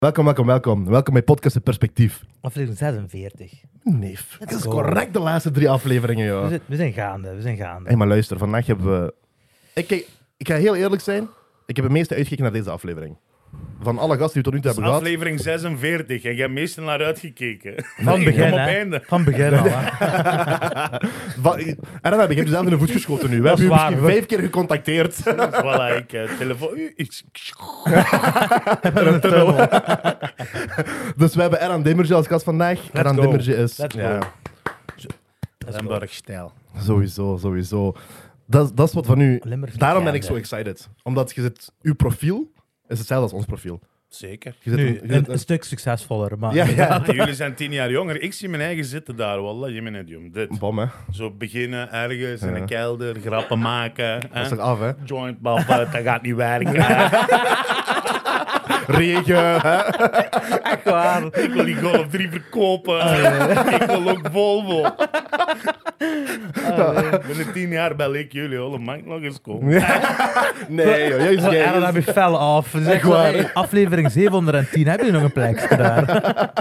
Welkom bij Podcast in Perspectief. Aflevering 46. Neef, dat is correct de laatste 3 afleveringen, joh. We zijn gaande. Hé, maar luister, vandaag hebben we... Ik ga heel eerlijk zijn, ik heb het meeste uitgekeken naar deze aflevering. Van alle gasten die we tot nu toe hebben gehad. Aflevering 46 en jij hebt meestal naar uitgekeken. Van begin, einde. Van begin al, hè. En dan heb ik jezelf in de voet geschoten nu. We hebben u misschien 5 keer gecontacteerd. Voilà, telefoon... Dus we hebben Erhan Dimmertje als gast vandaag. Erhan Dimmertje is... Let's go. Limburg-stijl. Sowieso. Dat is wat van u... Limburg Daarom ben ik legende. zo excited. Omdat je zit... Uw profiel is hetzelfde als ons profiel. Zeker. Je zit Nu, je zit een stuk succesvoller, maar... Ja. Ah, jullie zijn 10 jaar jonger. Ik zie mijn eigen zitten daar, wallah. Je bent jong. Dit. Bom, hè. Zo beginnen ergens in een kelder, grappen maken. Dat is toch af, hè. Joint bappen, dat gaat niet werken. Regen, hè. Echt waar. Ik wil die Golf 3 verkopen. Ik wil ook Volvo. Binnen 10 jaar bel ik jullie. Hoor. Mag ik nog eens komen? Nee, joh. Juist En jij. dan heb je fel af. Zeg waar. maar, hey, aflevering 710, heb je nog een plekje daar?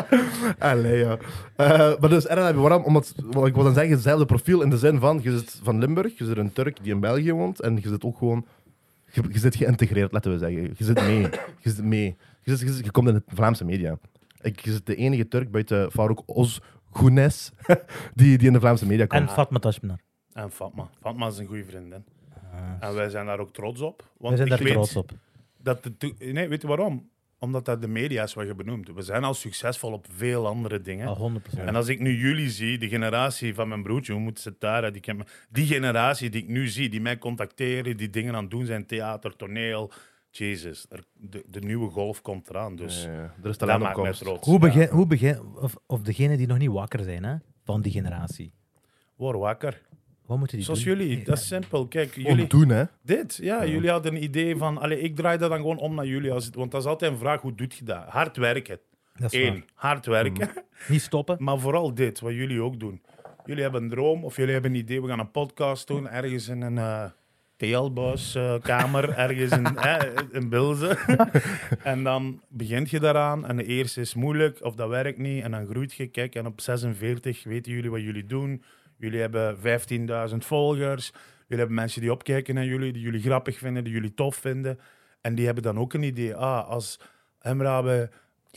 Allee, ja. Maar dus, Erhan, waarom? Omdat, wat ik wil dan zeggen, hetzelfde profiel in de zin van, je zit van Limburg, je zit een Turk die in België woont, en je zit ook gewoon... Je zit geïntegreerd, laten we zeggen. Je zit mee. Je komt in de Vlaamse media. Je zit de enige Turk buiten Farouk Ozgunes die in de Vlaamse media komt. En Fatma Tashminar. En Fatma. Fatma is een goede vriendin. En wij zijn daar ook trots op. Want We zijn daar ik weet trots op. Nee, weet je waarom? Omdat dat de media is wat je benoemt. We zijn al succesvol op veel andere dingen. Al 100%. En als ik nu jullie zie, de generatie van mijn broertje, hoe moet ze het daar? Die generatie die ik nu zie, die mij contacteren, die dingen aan het doen zijn, theater, toneel. Jezus, de nieuwe golf komt eraan. Dus Ja, er is dat talent maakt mij opkomst. trots. Hoe begin, of degenen die nog niet wakker zijn, hè, van die generatie. Word wakker. Wat moeten die Zoals doen? jullie, dat is simpel. Kijk, Gewoon jullie... doen, hè. Jullie hadden een idee van... Allee, ik draai dat dan gewoon om naar jullie. Want dat is altijd een vraag, hoe doe je dat? Hard werken. Dat is 1, waar. hard werken. Niet stoppen. Maar vooral dit, wat jullie ook doen. Jullie hebben een droom of jullie hebben een idee. We gaan een podcast doen, ergens in een TL-bus-kamer, ergens in Bilze. En dan begint je daaraan en de eerste is moeilijk of dat werkt niet. En dan groeit je. Kijk, en op 46 weten jullie wat jullie doen. Jullie hebben 15.000 volgers. Jullie hebben mensen die opkijken naar jullie, die jullie grappig vinden, die jullie tof vinden. En die hebben dan ook een idee. Als Emrabe,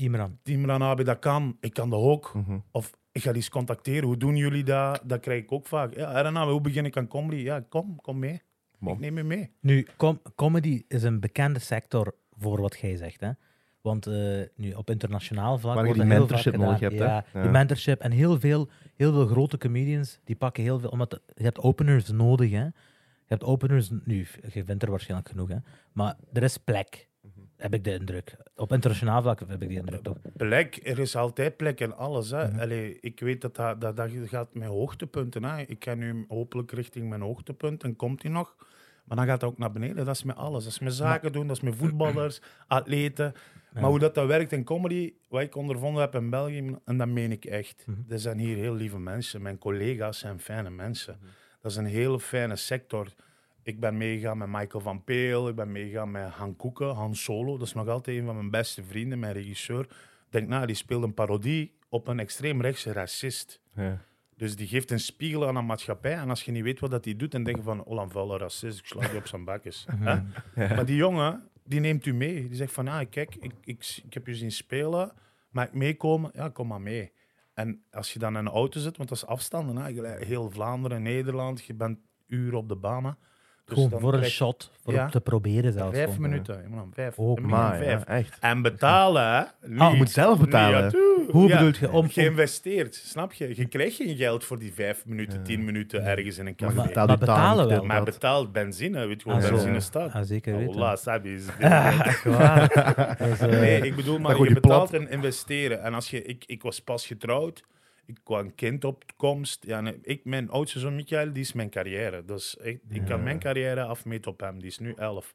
Imran Abi dat kan, ik kan dat ook. Of ik ga die eens contacteren. Hoe doen jullie dat? Dat krijg ik ook vaak. Ja, Erhan, hoe begin ik aan comedy? Ja, kom mee. Bom. Ik neem je mee. Nu, comedy is een bekende sector voor wat jij zegt, hè. Want nu op internationaal vlak Waar je wordt die dat heel mentorship vaak nodig gedaan. hebt, hè? Ja, die mentorship. En heel veel grote comedians, die pakken heel veel... Omdat je hebt openers nodig, hè. Je hebt openers... Nu, je vindt er waarschijnlijk genoeg, hè. Maar er is plek, heb ik de indruk. Op internationaal vlak heb ik die indruk, toch? Plek, er is altijd plek in alles. Hè. Allee, ik weet dat gaat met hoogtepunten. Hè. Ik ga nu hopelijk richting mijn hoogtepunt en komt die nog. Maar dan gaat dat ook naar beneden. Dat is met alles. Dat is met zaken doen, dat is met voetballers, atleten. Ja. Maar hoe dat werkt in comedy, wat ik ondervonden heb in België, en dat meen ik echt. Er zijn hier heel lieve mensen. Mijn collega's zijn fijne mensen. Dat is een hele fijne sector. Ik ben meegegaan met Michael van Peel. Ik ben meegegaan met Han Koeken, Han Solo. Dat is nog altijd een van mijn beste vrienden, mijn regisseur. Denk die speelt een parodie op een extreemrechtse racist. Ja. Dus die geeft een spiegel aan een maatschappij. En als je niet weet wat dat hij doet, dan denk je van... Oh, een vuile racist, ik sla die op zijn bakjes. Hè? Maar die jongen, die neemt u mee. Die zegt van, kijk, ik heb je zien spelen. Mag ik meekomen? Ja, kom maar mee. En als je dan in een auto zit, want dat is afstanden. Hè? Heel Vlaanderen, Nederland. Je bent uren op de baan. Hè? Dus Gewoon dan voor een krijg- shot, voor Ja. te proberen zelfs. 5 gewoon. minuten. Je moet dan 5. Oh, Maar, ja, 5. echt. En betalen, hè? Je moet zelf betalen. Hoe bedoel je? Om- Geïnvesteerd, snap je? Je krijgt geen geld voor die 5 minuten, 10 minuten ergens in een café. Maar Maar die betalen taal, wel. Maar betaalt benzine, weet je hoe Ah, zo. benzine staat? Ah, zeker weten. Allah, sabi is Echt waar. Dus, Nee, ik bedoel, maar gooi je je betaalt plat. en investeren. En als ik was pas getrouwd, ik kwam een kind op komst. Ja, mijn oudste zoon Michael, die is mijn carrière. Dus ik kan mijn carrière afmeten op hem. Die is nu 11.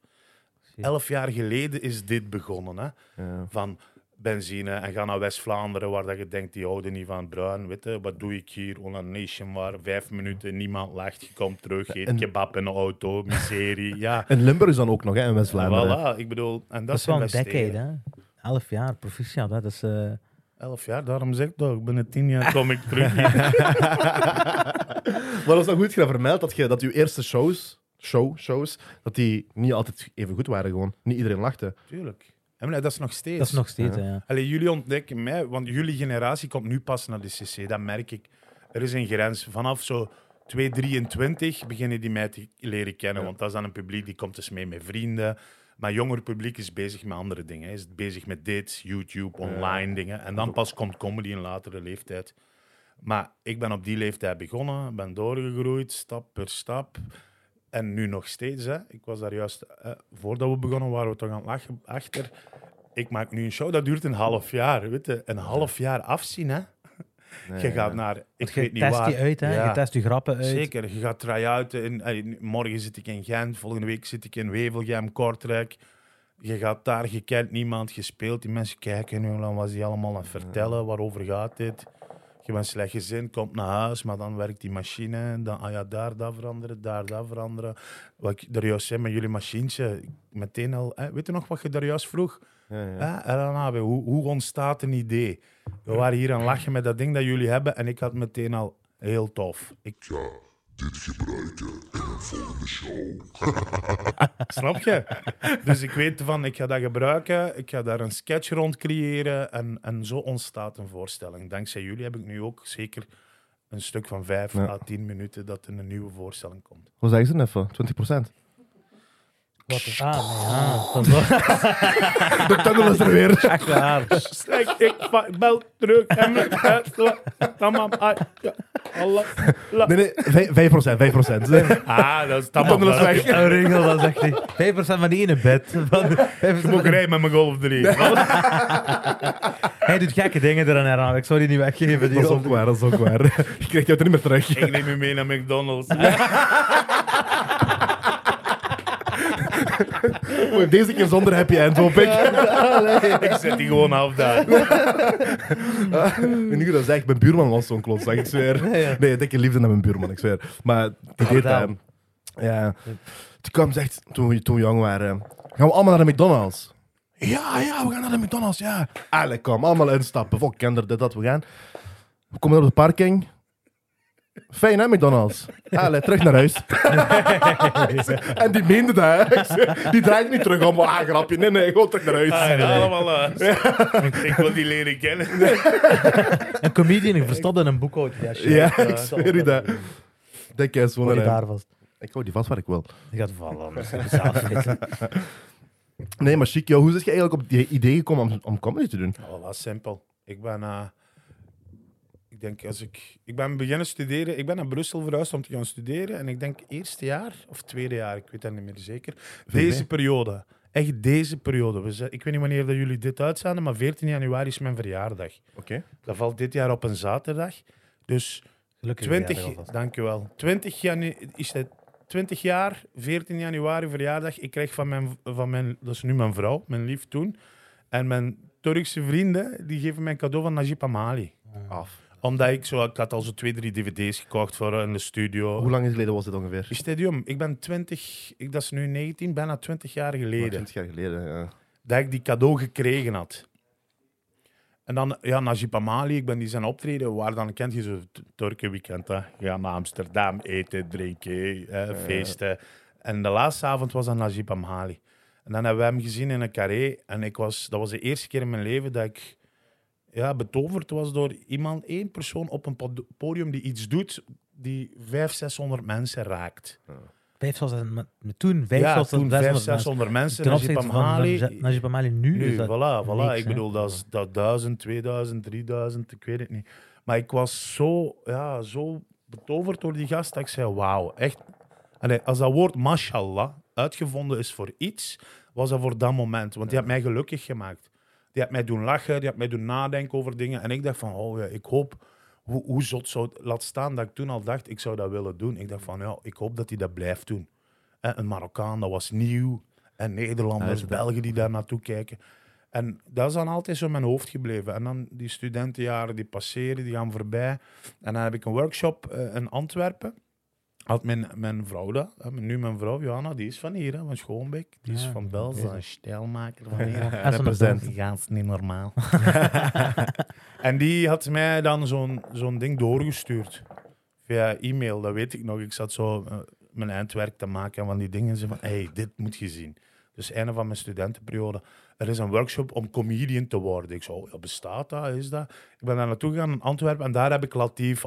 11 jaar geleden is dit begonnen, hè? Ja. Van benzine en ga naar West-Vlaanderen, waar dat je denkt, die houden niet van bruin. Weet je, wat doe ik hier? On a nation waar 5 minuten, niemand lacht, je komt terug, eet En- kebab in de auto, miserie. Ja, En Limburg is dan ook nog, hè, in West-Vlaanderen. voilà, ik bedoel, en dat dat is wel een investeren. decade, hè. 11 jaar, proficiat. Dat is... 11 jaar, daarom zeg ik toch, binnen 10 jaar kom ik terug. Maar dat is nog goed vermeld dat je eerste shows, dat die niet altijd even goed waren gewoon. Niet iedereen lachte. Tuurlijk. En dat is nog steeds. Dat is nog steeds, Ja. ja. Allee, jullie ontdekken mij, want jullie generatie komt nu pas naar de CC, dat merk ik. Er is een grens. Vanaf zo 223 beginnen die mij te leren kennen, Ja. want dat is dan een publiek die komt dus mee met vrienden. Maar jonger publiek is bezig met andere dingen. Is bezig met dates, YouTube, online dingen. En dan pas komt comedy in latere leeftijd. Maar ik ben op die leeftijd begonnen, ben doorgegroeid, stap per stap. En nu nog steeds. Hè. Ik was daar juist, voordat we begonnen, waren we toch aan het lachen achter. Ik maak nu een show, dat duurt een half jaar. Weet je? Een half jaar afzien, hè. Je gaat naar, ik Je weet niet test waar. je uit, hè? Ja. Je test je grappen uit. Zeker, je gaat try-outen. Morgen zit ik in Gent, volgende week zit ik in Wevelgem, Kortrijk. Je gaat daar, je kent niemand, je speelt, die mensen kijken nu, dan was die allemaal aan het vertellen, waarover gaat dit. Je bent slecht gezind, komt naar huis, maar dan werkt die machine. Dan, daar dat veranderen, daar dat veranderen. Wat ik daar juist zei met jullie machientje, meteen al... weet je nog wat je daar juist vroeg? Ja. En dan, hoe ontstaat een idee? We waren hier aan het lachen met dat ding dat jullie hebben en ik had meteen al heel tof. Ja, dit gebruiken in een volgende show. Snap je? Dus ik weet van, ik ga dat gebruiken, ik ga daar een sketch rond creëren en zo ontstaat een voorstelling. Dankzij jullie heb ik nu ook zeker een stuk van 5 à 10 minuten dat er een nieuwe voorstelling komt. Hoe zeggen ze het even? 20%? Wat is... Ah, nee, ja. Dat is wel De tunnel is er weer. echt waar. Ik bel terug. Tamam. Allah. Nee, 5%. Ah, dat is De tamam. tunnel is weg. Een regel, dat is echt niet. 5% van die ene bed. Ik moet rijden met mijn Golf 3. Hij doet gekke dingen er aan. Ik zou die niet weggeven. Die Dat is ook waar, dat is ook waar. Je krijgt jou er niet meer terug. Ik neem je mee naar McDonald's. Oei, deze keer zonder happy end, hoop ik. Ik zet die gewoon af daar. En nu dat zeg, mijn buurman was zo'n klootzak, ik zweer. Nee, ik denk je liefde naar mijn buurman, ik zweer. Maar die deed dat. Ja. Toen kwam zegt, toen we jong waren, gaan we allemaal naar de McDonald's? Ja, we gaan naar de McDonald's, ja. Allee, kom, allemaal instappen. Fuck, kinder, dit, dat, we gaan. We komen op de parking. Fijn, hè, McDonald's? Allee, terug naar huis. En die meende dat, hè. Ik zweer, die draaide niet terug om, grapje. Nee, gewoon terug naar huis. Allemaal uit. Ik wil die leren kennen. Een comedian, ik verstond in een boekhoudje. Ja, ik zweer u dat. Denk jij zo Hoor je naar hem. daar vast. Ik hou die vast waar ik wil. Die gaat vallen, anders heb je zelf weten. Nee, maar chic, joh, hoe is je eigenlijk op die idee gekomen om comedy te doen? Oh, wat simpel. Ik ben... ik denk, ik ben beginnen studeren. Ik ben naar Brussel verhuisd om te gaan studeren. En ik denk eerste jaar of tweede jaar, ik weet dat niet meer zeker. Deze periode. Echt deze periode. Ik weet niet wanneer dat jullie dit uitzenden, maar 14 januari is mijn verjaardag. Oké. Dat valt dit jaar op een zaterdag. Dus Gelukkig 20 dankjewel. 20 jaar, 14 januari verjaardag. Ik kreeg van mijn, dat is nu mijn vrouw, mijn lief toen. En mijn Turkse vrienden, die geven mij een cadeau van Najib Amali. Af. Omdat ik had al zo 2-3 dvd's gekocht voor in de studio. Hoe lang geleden was dit ongeveer? Stadium, ik ben 20, dat is nu 19, bijna 20 jaar geleden. 20 jaar geleden, ja. Dat ik die cadeau gekregen had. En dan, Najib Amali, ik ben die zijn optreden, waar dan kent je zo Turkenweekend, hè. Ja, naar Amsterdam, eten, drinken, feesten. En de laatste avond was dan Najib Amali. En dan hebben we hem gezien in een carré. En dat was de eerste keer in mijn leven dat ik betoverd was door één persoon op een podium die iets doet die 500-600 mensen raakt. 500, toen 500, Ja, toen 600 500-600 mensen. Ten Najib opzichte Amali, van Najib Amali nu, nu, is dat voilà. niks, Ik hè? bedoel, dat is 1000, 2000, 3000, ik weet het niet. Maar ik was zo betoverd door die gast dat ik zei, wauw, echt. Allee, als dat woord mashallah uitgevonden is voor iets, was dat voor dat moment. Want die had mij gelukkig gemaakt. Die had mij doen lachen, die had mij doen nadenken over dingen. En ik dacht van, ik hoop, hoe zot zou het... Laat staan dat ik toen al dacht, ik zou dat willen doen. Ik dacht van, ik hoop dat hij dat blijft doen. Een Marokkaan, dat was nieuw. En Nederlanders, Belgen die daar naartoe kijken. En dat is dan altijd zo in mijn hoofd gebleven. En dan die studentenjaren, die passeren, die gaan voorbij. En dan heb ik een workshop in Antwerpen. had mijn vrouw dat. Nu mijn vrouw, Johanna, die is van hier, hè, van Schoonbeek. Die is Ja, van Bels, oké. een stijlmaker van hier. Ah, zo'n represent. Bels. Die gaat niet normaal. En die had mij dan zo'n ding doorgestuurd. Via e-mail, dat weet ik nog. Ik zat zo mijn eindwerk te maken en van die dingen. Ze van, hey, dit moet je zien. Dus einde van mijn studentenperiode. Er is een workshop om comedian te worden. Ik zo, ja, bestaat dat? Is dat? Ik ben daar naartoe gegaan in Antwerpen en daar heb ik Latif,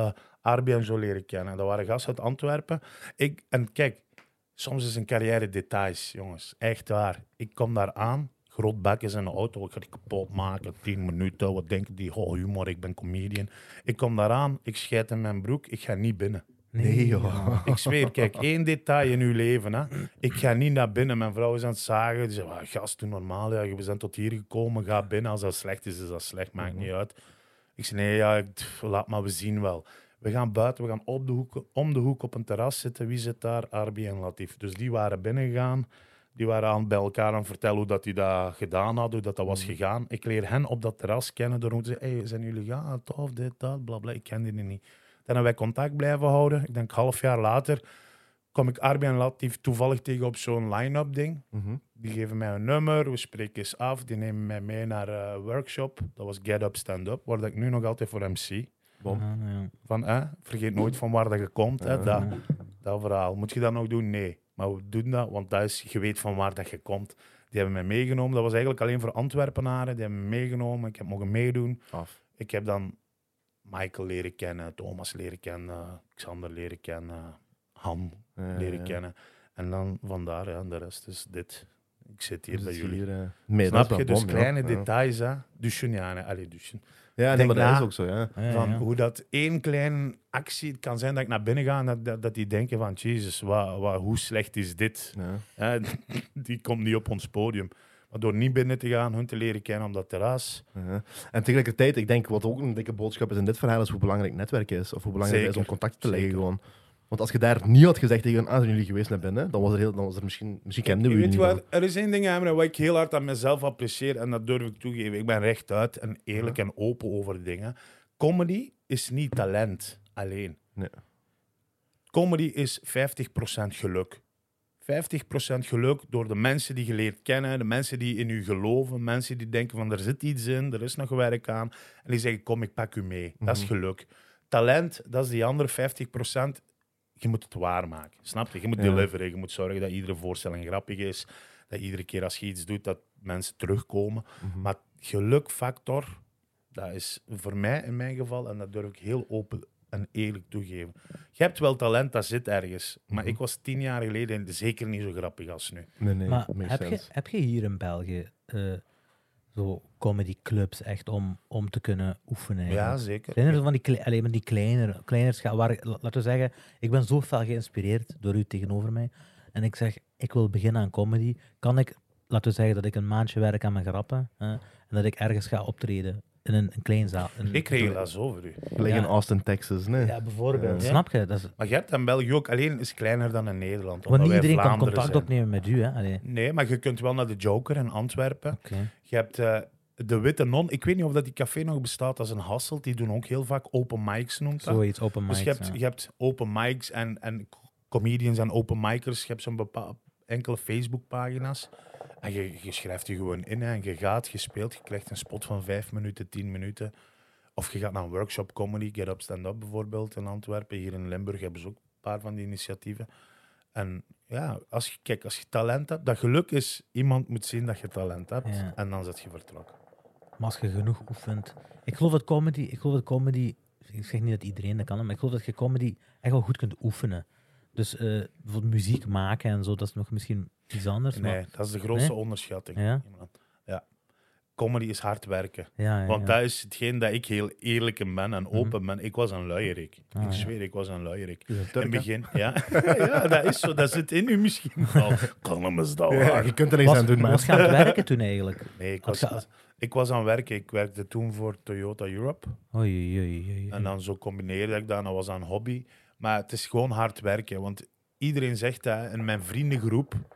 Arbi en zo leren kennen. Dat waren gasten uit Antwerpen. En kijk, soms is een carrière details, jongens. Echt waar. Ik kom daar aan, groot bek is in de auto, ik ga die kapot maken, 10 minuten. Wat denken die? Oh, humor, ik ben comedian. Ik kom daar aan, ik scheid in mijn broek, ik ga niet binnen. Nee, joh. Ik zweer, kijk, 1 detail in uw leven. Hè. Ik ga niet naar binnen. Mijn vrouw is aan het zagen. Die zegt, gast, doe normaal. Ja, we zijn tot hier gekomen. Ga binnen. Als dat slecht is, is dat slecht. Maakt niet uit. Ik zeg, nee, ja, laat maar, we zien wel. We gaan buiten. We gaan om de hoek op een terras zitten. Wie zit daar? Arbi en Latif. Dus die waren binnengegaan. Die waren bij elkaar aan het vertellen hoe dat die dat gedaan hadden, hoe dat was gegaan. Ik leer hen op dat terras kennen door te zeggen, hey, zijn jullie ja, tof, dit, dat, blablabla. Ik ken die niet. Dan hebben wij contact blijven houden. Ik denk, half jaar later kom ik Arbi en Latif toevallig tegen op zo'n line-up ding. Die geven mij een nummer, we spreken eens af. Die nemen mij mee naar een workshop. Dat was Get Up, Stand Up, waar ik nu nog altijd voor MC. Bom. Ja. Van, vergeet nooit van waar dat je komt. Dat verhaal. Moet je dat nog doen? Nee. Maar we doen dat, want dat is, je weet van waar dat je komt. Die hebben mij meegenomen. Dat was eigenlijk alleen voor Antwerpenaren. Die hebben me meegenomen. Ik heb mogen meedoen. Af. Ik heb dan Michael leren kennen, Thomas leren kennen, Xander leren kennen, Han leren kennen. En dan vandaar, ja, de rest is dit. Ik zit hier bij jullie. Snap je? Dus kleine details, hè. Douchen, ja. Allee, douchen. Ja, nee, Denk maar dat na. is ook zo, ja. Van hoe dat één kleine actie het kan zijn dat ik naar binnen ga en dat die denken van, Jezus, hoe slecht is dit? Ja. Die komt niet op ons podium. Maar door niet binnen te gaan, hun te leren kennen op dat terras. En tegelijkertijd, ik denk wat ook een dikke boodschap is in dit verhaal, is hoe belangrijk netwerken is. Of hoe belangrijk het is om contact te leggen gewoon. Want als je daar niet had gezegd tegen zijn jullie geweest naar binnen, dan was er misschien kenden we Weet jullie je niet. wat, er is één ding aan wat ik heel hard aan mezelf apprecieer en dat durf ik toegeven. Ik ben rechtuit en eerlijk en open over dingen. Comedy is niet talent alleen. Nee. Comedy is 50% geluk. 50% geluk door de mensen die je leert kennen, de mensen die in u geloven, mensen die denken van er zit iets in, er is nog werk aan. En die zeggen kom, ik pak u mee. Dat is geluk. Talent, dat is die andere 50%. Je moet het waarmaken, snap je? Je moet deliveren, je moet zorgen dat iedere voorstelling grappig is, dat iedere keer als je iets doet, dat mensen terugkomen. Maar gelukfactor, dat is voor mij in mijn geval, en dat durf ik heel open en eerlijk toegeven. Je hebt wel talent, dat zit ergens. Maar ik was 10 jaar geleden zeker niet zo grappig als nu. Nee, Maar makes sense. heb je hier in België zo comedyclubs echt om te kunnen oefenen? Ja, eigenlijk? zeker. Zijn er zo van die kleinere waar, laten we zeggen, ik ben zo fel geïnspireerd door u tegenover mij. En ik zeg, ik wil beginnen aan comedy. Kan ik, laten we zeggen, dat ik een maandje werk aan mijn grappen en dat ik ergens ga optreden in een klein zaal. Ik regel dat zo voor u. Gelijk in Austin, Texas, nee. Ja, bijvoorbeeld. Ja. Snap je? Dat is, Maar je hebt in België ook, alleen is kleiner dan in Nederland. want omdat niet wij iedereen kan Vlaanderen contact zijn. opnemen met u. Hè? Allee. Nee, maar je kunt wel naar de Joker in Antwerpen. Oké. Je hebt de Witte Non. Ik weet niet of dat die café nog bestaat als een Hasselt. Die doen ook heel vaak open mics, noemt dat. Zoiets, open mics. Dus je hebt open mics en comedians en open micers. Je hebt zo'n enkele Facebookpagina's. En je schrijft je gewoon in hè, en je gaat, je speelt, je krijgt een spot van 5 minuten, 10 minuten. Of je gaat naar een workshop comedy, Get Up, Stand Up bijvoorbeeld in Antwerpen. Hier in Limburg hebben ze ook een paar van die initiatieven. En ja, als je talent hebt, dat geluk is, iemand moet zien dat je talent hebt. Ja. En dan zet je vertrokken. Maar als je genoeg oefent... Ik geloof dat comedy... Ik zeg niet dat iedereen dat kan, maar ik geloof dat je comedy echt wel goed kunt oefenen. Dus bijvoorbeeld muziek maken en zo, dat is nog misschien iets anders. Nee, Maar, dat is de grootste Nee? onderschatting. Ja? Ja. Comedy is hard werken. ja, Want ja. dat is hetgeen dat ik heel eerlijk in ben en open ben. Ik was een luierik. Ah, Ik ja. zweer, ik was een luierik. Je bent In Turk, het hè? begin, ja. Ja, dat is zo. Dat zit in u misschien wel. Kan hem eens dat Ja, waar. je kunt er niks aan doen, man. Was je aan het werken toen eigenlijk? Nee, Als ik was aan het werken. Ik werkte toen voor Toyota Europe. Oei, oei, oei. En dan zo combineerde ik dat en dat was een hobby. Maar het is gewoon hard werken. Want iedereen zegt dat in mijn vriendengroep.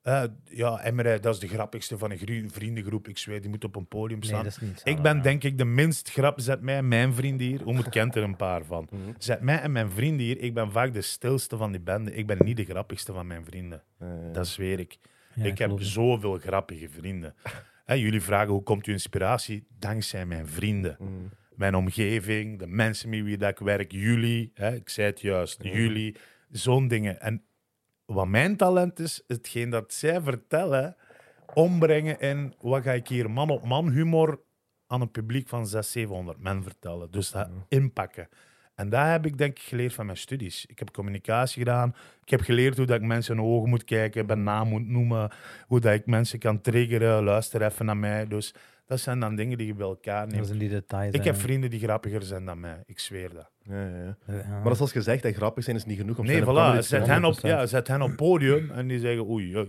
Ja, Emre, dat is de grappigste van een vriendengroep. Ik zweer, die moet op een podium Nee, staan. dat is niet Ik ben denk ik de minst Zet mij en mijn vrienden hier. Hoe kent er een paar van? Zet mij en mijn vrienden hier. Ik ben vaak de stilste van die bende. Ik ben niet de grappigste van mijn vrienden. Dat zweer ik. Ja, Ik heb geloof het. zoveel grappige vrienden. Jullie vragen hoe komt uw inspiratie? Dankzij mijn vrienden. Mijn omgeving, de mensen met wie dat ik werk, jullie. Ik zei het juist, jullie. Zo'n dingen. En wat mijn talent is, hetgeen dat zij vertellen, ombrengen in wat ga ik hier man op man humor aan een publiek van 600-700 men vertellen. Dus dat inpakken. En dat heb ik denk ik geleerd van mijn studies. Ik heb communicatie gedaan. Ik heb geleerd hoe dat ik mensen in de ogen moet kijken, bij naam moet noemen, hoe dat ik mensen kan triggeren, luister even naar mij. Dus dat zijn dan dingen die je bij elkaar Dat neemt. zijn die details. Ik heb vrienden die grappiger zijn dan mij. Ik zweer dat. Ja. Ja. Maar dat is zoals gezegd, dat grappig zijn is niet genoeg om Nee, stand-up voilà. comedy te Zet doen. hen, op, 100%. zet hen op podium en die zeggen oei, ja,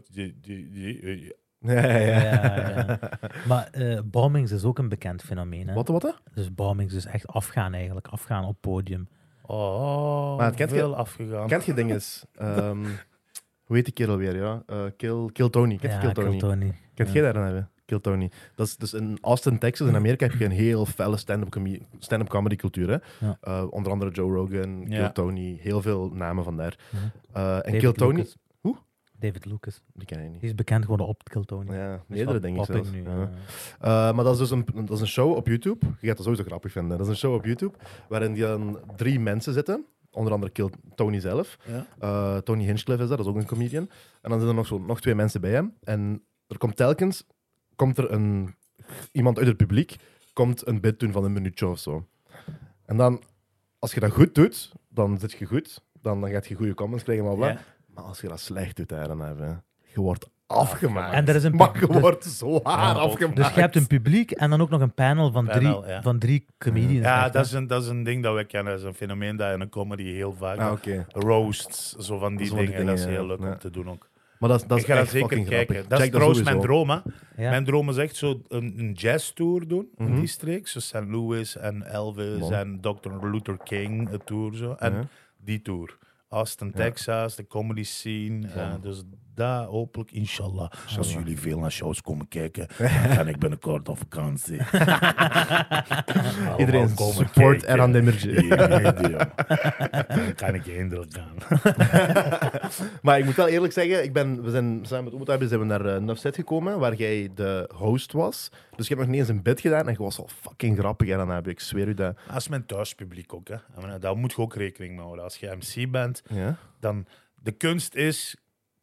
Ja. Maar bombings is ook een bekend fenomeen. Hè? Wat? Dus bombings is echt afgaan eigenlijk. Afgaan op podium. Oh, Maar het kent veel je- afgegaan. Kent je dinges? Hoe heet die kerel weer, ja? Kill Tony. Kent je Kill Tony? Tony. Kent Ja. jij daar dan hebben? Kill Tony. Dat is dus in Austin, Texas, in Amerika heb je een heel felle stand-up comedy cultuur. Hè? Ja. Onder andere Joe Rogan, Ja. Kill Tony, heel veel namen van daar. Mhm. En David Kill Tony... Lucas. Hoe? David Lucas. Die ken je niet. Die is bekend geworden op Kill Tony. Ja, Dus meerdere wat denk ik popping zelfs. nu. Ja. Maar dat is dus dat is een show op YouTube. Je gaat dat sowieso grappig vinden. Dat is een show op YouTube waarin die dan 3 mensen zitten. Onder andere Kill Tony zelf. Ja. Tony Hinchcliffe is dat is ook een comedian. En dan zitten er nog 2 mensen bij hem. En er komt telkens iemand uit het publiek komt een bit doen van een minuutje of zo. En dan, als je dat goed doet, dan zit je goed. Dan gaat je goede comments krijgen, bla bla. Ja. Maar als je dat slecht doet, hè, dan heb je wordt afgemaakt. En er is een maar je dus- wordt zo hard Ja, afgemaakt. Dus je hebt een publiek en dan ook nog een panel van Panel, ja. van drie comedians. Ja, echt, hè. dat is een ding dat we kennen. Dat is een fenomeen dat in een comedy heel vaak... Ah, oké. Roasts, zo van die Zo van die dingen. Dat is dingen, heel ja. leuk Ja. om te doen ook. Maar dat Ik is ga dat echt zeker fucking kijken. grappig. Dat is Check trouwens mijn sowieso. droom, hè. Ja. Mijn droom is echt zo een jazztour doen in Mhm. die streek. Zo St. Louis en Elvis Bon. en Dr. Luther King tour. Zo. En Ja. die tour. Austin, Texas, de comedy scene. Dus daar hopelijk, inshallah. Als jullie veel naar shows komen kijken, dan ga ik binnenkort op vakantie. Iedereen Allemaal komen support kijken. Eran Demirci. Dan kan ik eindelijk gaan. Maar ik moet wel eerlijk zeggen, we zijn samen met Oemotabi zijn we naar Nuffset gekomen, waar jij de host was. Dus je hebt nog niet eens een bid gedaan en je was al fucking grappig. En dan heb ik zweer u dat... Dat is mijn thuispubliek ook. Hè. En daar moet je ook rekening mee houden. Als je MC bent, Ja? dan de kunst is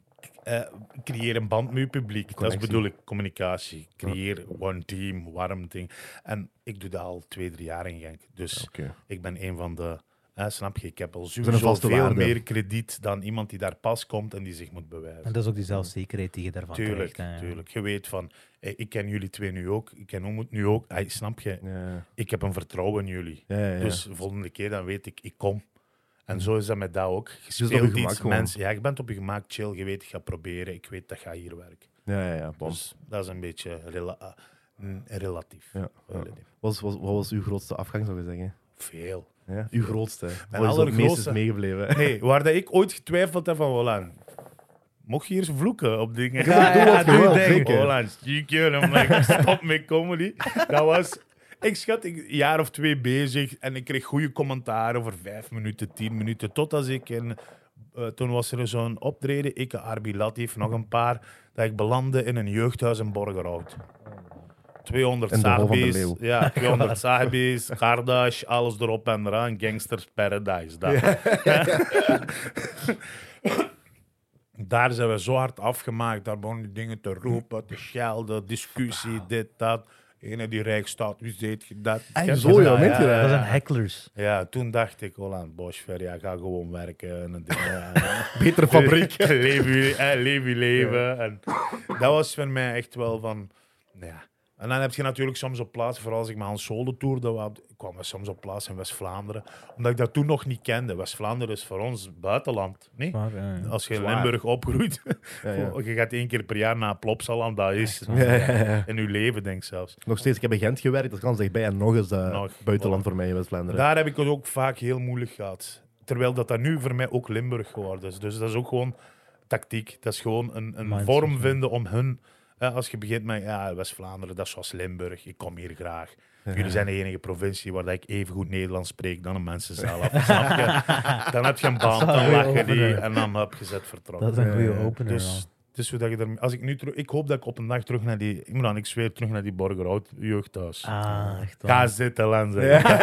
creëer een band met je publiek. Dat is Connectie. bedoel ik, communicatie. Creëer one team, warm ding. En ik doe dat al 2-3 jaar in Genk. Dus Oké. ik ben een van de... snap je, ik heb al een sowieso vaste veel waarde. meer krediet dan iemand die daar pas komt en die zich moet bewijzen. En dat is ook die zelfzekerheid die je daarvan Tuurlijk, krijgt. Hè. tuurlijk. Je weet van, ik ken jullie 2 nu ook, ik ken Umut nu ook. Snap je? Ja. Ik heb een vertrouwen in jullie. Ja. Dus de volgende keer dan weet ik kom. En zo is dat met dat ook. Je op je speelt gemak iets, gewoon. mensen. Ja, je bent op je gemak, chill. Je weet, ik ga proberen. Ik weet, dat gaat hier werken. Ja. Bom. Dus dat is een beetje relatief. Ja. Relatief. Wat was uw grootste afgang, zou je zeggen? Veel. Ja? Uw grootste. Mijn Wat is het meest is allergrootste? meegebleven? Nee, waar dat ik ooit getwijfeld heb van Holland. Mocht je hier vloeken op dingen? doe wat je wilt, zeker. Holland, stiekem. I'm like, stop met comedy. Dat was... Ik schat, een jaar of 2 bezig en ik kreeg goede commentaren over 5 minuten, 10 minuten. Totdat ik toen was er zo'n optreden, ik, Arbi Latif, nog een paar, dat ik belandde in een jeugdhuis in Borgerhout. 200 In de Hol van de Sahbis, Leeuw. ja, 200 Sahbis, Kardash, alles erop en eraan, Gangsters Paradise. Dat. Daar zijn we zo hard afgemaakt. Daar begonnen die dingen te roepen, te schelden, discussie, dit, dat. Ene die rijk staat, wie deed je dat? Ken zo, je ja, dat? meent je dat? Dat zijn hecklers. Ja, toen dacht ik, Holland, Bosver, ja, ga gewoon werken. En dingen, Betere fabriek. leef je leven. En dat was voor mij echt wel van... Ja. En dan heb je natuurlijk soms op plaats, vooral als ik me aan solo toerde, kwam ik soms op plaats in West-Vlaanderen. Omdat ik dat toen nog niet kende. West-Vlaanderen is voor ons buitenland. Nee? Maar, Als je in Zwaar. Limburg opgroeit, Ja. je gaat 1 keer per jaar naar Plopsaland, dat is Ja. in je leven, denk ik zelfs. Nog steeds, ik heb in Gent gewerkt, dat kan dichtbij en nog eens Nog, buitenland voilà. voor mij in West-Vlaanderen. Daar heb ik het ook vaak heel moeilijk gehad. Terwijl dat nu voor mij ook Limburg geworden is. Dus dat is ook gewoon tactiek. Dat is gewoon een Mindset, vorm ja. vinden om hun... als je begint met West-Vlaanderen, dat is zoals Limburg. Ik kom hier graag. Jullie zijn de enige provincie waar ik even goed Nederlands spreek dan de mensen zelf. Snap je? Dan heb je een band, Dat is dan wel lach je die opener. en dan heb je zet vertrokken. Dat is een goede opener. Dus het is hoe dat je er... Als ik nu terug... Ik hoop dat ik op een dag terug naar die... Ik zweer terug naar die Borgerhout jeugdhuis. echt Ga waar. zitten, Lenze.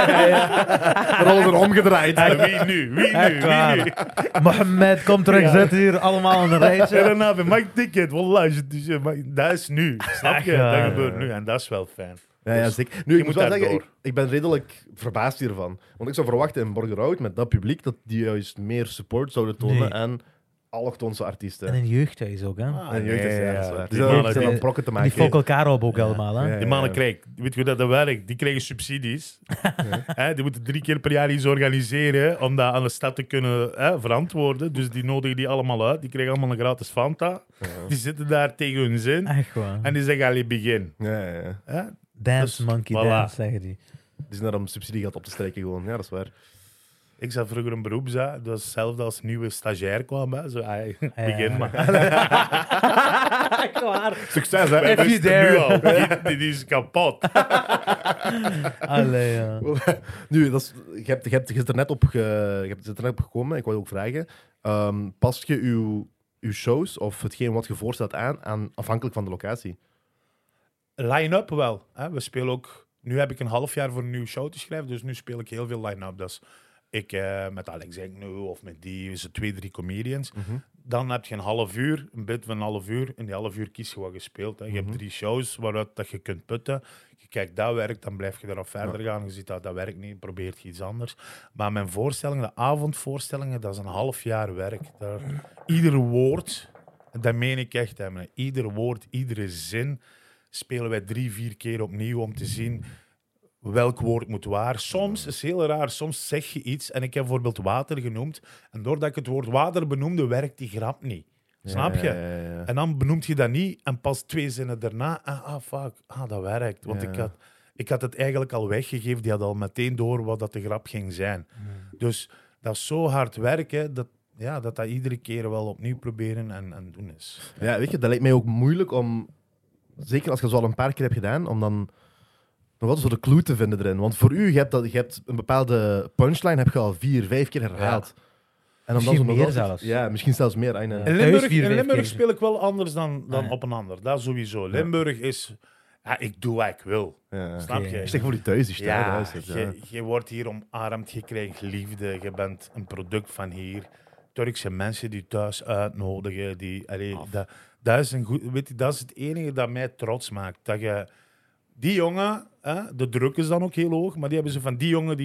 De rollen zijn omgedraaid. En wie nu? Wie nu? Echt waar. Wie nu? Mohammed, kom terug, Ja. zet hier allemaal in een En rijtje. daarna heb je, mag ik ticket? Wallah, dat is nu. Snap je? Echt waar. Dat gebeurt nu en dat is wel fijn. Ja, zeker. Nu, je ik moet moet wel daar zeggen, door. ik ben redelijk verbaasd hiervan. Want ik zou verwachten in Borgerhout, met dat publiek, dat die juist meer support zouden tonen Nee. aan allochtonse artiesten. En een jeugdhuis ook, hè. En jeugd, ja, dat is waar. Die Dus mannen, dat zijn die- dan prokken te Die maken. fokken elkaar op ook allemaal, hè. Ja. Die mannen krijgen, weet je hoe dat werkt? Die krijgen subsidies. Hè, die moeten 3 keer per jaar iets organiseren om dat aan de stad te kunnen verantwoorden. Dus die nodigen die allemaal uit. Die krijgen allemaal een gratis Fanta. Die zitten daar tegen hun zin. Echt waar. En die zeggen, allee, begin. Ja, ja, ja. Hè? Dance Dus, monkey voilà. dance, zeggen die. Die zijn daar om subsidiegeld op te strijken gewoon. Ja, dat is waar. Ik zat vroeger een beroep, dat was hetzelfde als een nieuwe stagiair kwam. Hè. Zo, begin maar. Echt waar. Succes, hè? Wij If you wisten dare. nu al, die is kapot. Allee, ja. Nu, dat is, je zit er net op gekomen. Ik wou je ook vragen. Past je uw shows of hetgeen wat je voorstelt aan afhankelijk van de locatie? Line-up wel. Hè. We spelen ook... Nu heb ik een half jaar voor een nieuwe show te schrijven, dus nu speel ik heel veel line-up. Dus ik met Alex Enkno of met die, ze 2, 3 comedians. Dan heb je een half uur, een bit van een half uur. In die half uur kies je wat je speelt. Hè. Je hebt 3 shows waaruit dat je kunt putten. Je kijkt, dat werkt, dan blijf je erop verder gaan. Je ziet dat werkt niet, probeert je iets anders. Maar mijn voorstellingen, de avondvoorstellingen, dat is een half jaar werk. Daar, ieder woord, en dat meen ik echt, hè, maar ieder woord, iedere zin spelen wij 3, 4 keer opnieuw om te zien welk woord moet waar. Soms is het heel raar, soms zeg je iets en ik heb bijvoorbeeld water genoemd en doordat ik het woord water benoemde, werkt die grap niet. Snap je? Ja. En dan benoemt je dat niet en pas 2 zinnen daarna, dat werkt. Want Ja. ik had het eigenlijk al weggegeven, die had al meteen door wat dat de grap ging zijn. Dus dat is zo hard werken, dat iedere keer wel opnieuw proberen en doen is. Ja, weet je, dat lijkt mij ook moeilijk om, zeker als je het zo al een paar keer hebt gedaan, om dan nog wel zo de clue te vinden erin. Want voor u, je hebt een bepaalde punchline heb je al 4, 5 keer herhaald. En om dan Misschien zo nog meer altijd- zelfs. Ja, misschien zelfs meer. Ja. In Thuis Limburg, 4, 5 Limburg keer. speel ik wel anders dan Ja. op een ander. Dat sowieso. Limburg is... Ja, ik doe wat ik wil. Ja. Snap Oké. je? Ik zeg voor die thuis, die stijl, Ja, dat is het, ja. je wordt hier omarmd, je krijgt liefde, je bent een product van hier. Turkse mensen die thuis uitnodigen. Dat is een goed, weet je, dat is het enige dat mij trots maakt. Dat je... Die jongen, de druk is dan ook heel hoog, maar die hebben ze van die jongen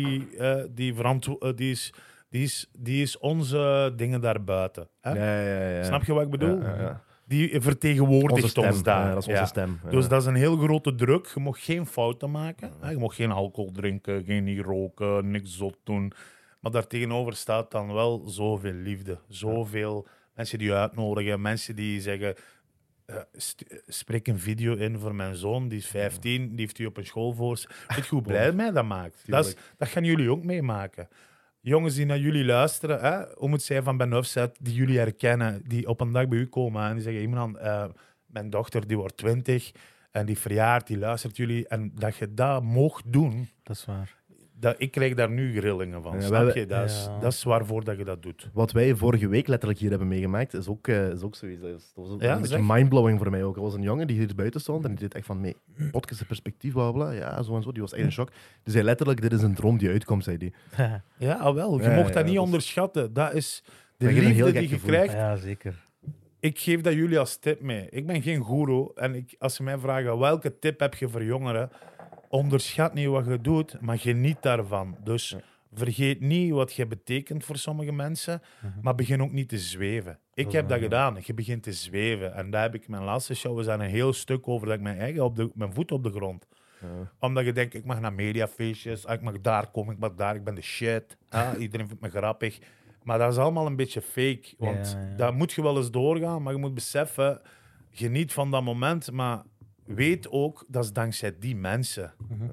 die is onze dingen daarbuiten. Hè? Ja. Snap je wat ik bedoel? Ja. Die vertegenwoordigt Onze stem. ons daar. Ja, dat is onze Ja. stem. Ja. Dus dat is een heel grote druk. Je mag geen fouten maken. Hè? Je mag geen alcohol drinken, geen niet roken, niks zot doen. Maar daartegenover staat dan wel zoveel liefde. Zoveel mensen die je uitnodigen. Mensen die zeggen... spreek een video in voor mijn zoon, die is 15, die heeft u op een school voor. Weet je hoe blij mij dat maakt? Dat gaan jullie ook meemaken. Jongens die naar jullie luisteren, hoe het zijn van Ben Hufset, die jullie herkennen, die op een dag bij u komen en die zeggen, iemand, mijn dochter die wordt 20 en die verjaart, die luistert jullie. En dat je dat mocht doen, Dat is waar. ik krijg daar nu grillingen van. Ja, Snap je? Dat is, ja. dat is waarvoor dat je dat doet. Wat wij vorige week letterlijk hier hebben meegemaakt, is ook zoiets. Dat was ook Ja, een beetje zeg. mindblowing voor mij ook. Er was een jongen die hier buiten stond en die deed echt van, nee, podcast perspectief, bla bla, ja, zo en zo. Die was echt in shock. Die zei letterlijk, dit is een droom die uitkomt, zei die. Ja, wel. Je Ja, mocht dat ja, niet dat is- onderschatten. Dat is de Dat geeft een heel liefde gek die je gevoel. krijgt. Ja, zeker. Ik geef dat jullie als tip mee. Ik ben geen goeroe. En als ze mij vragen, welke tip heb je voor jongeren? Onderschat niet wat je doet, maar geniet daarvan. Dus vergeet niet wat je betekent voor sommige mensen, maar begin ook niet te zweven. Ik heb dat gedaan. Je begint te zweven. En daar heb ik mijn laatste show, we zijn een heel stuk over dat ik mijn voet op de grond. Omdat je denkt, ik mag naar mediafeestjes, ik mag daar komen, ik mag daar, ik ben de shit. Iedereen vindt me grappig. Maar dat is allemaal een beetje fake. Want Ja. daar moet je wel eens doorgaan, maar je moet beseffen, geniet van dat moment, maar weet ook, dat is dankzij die mensen.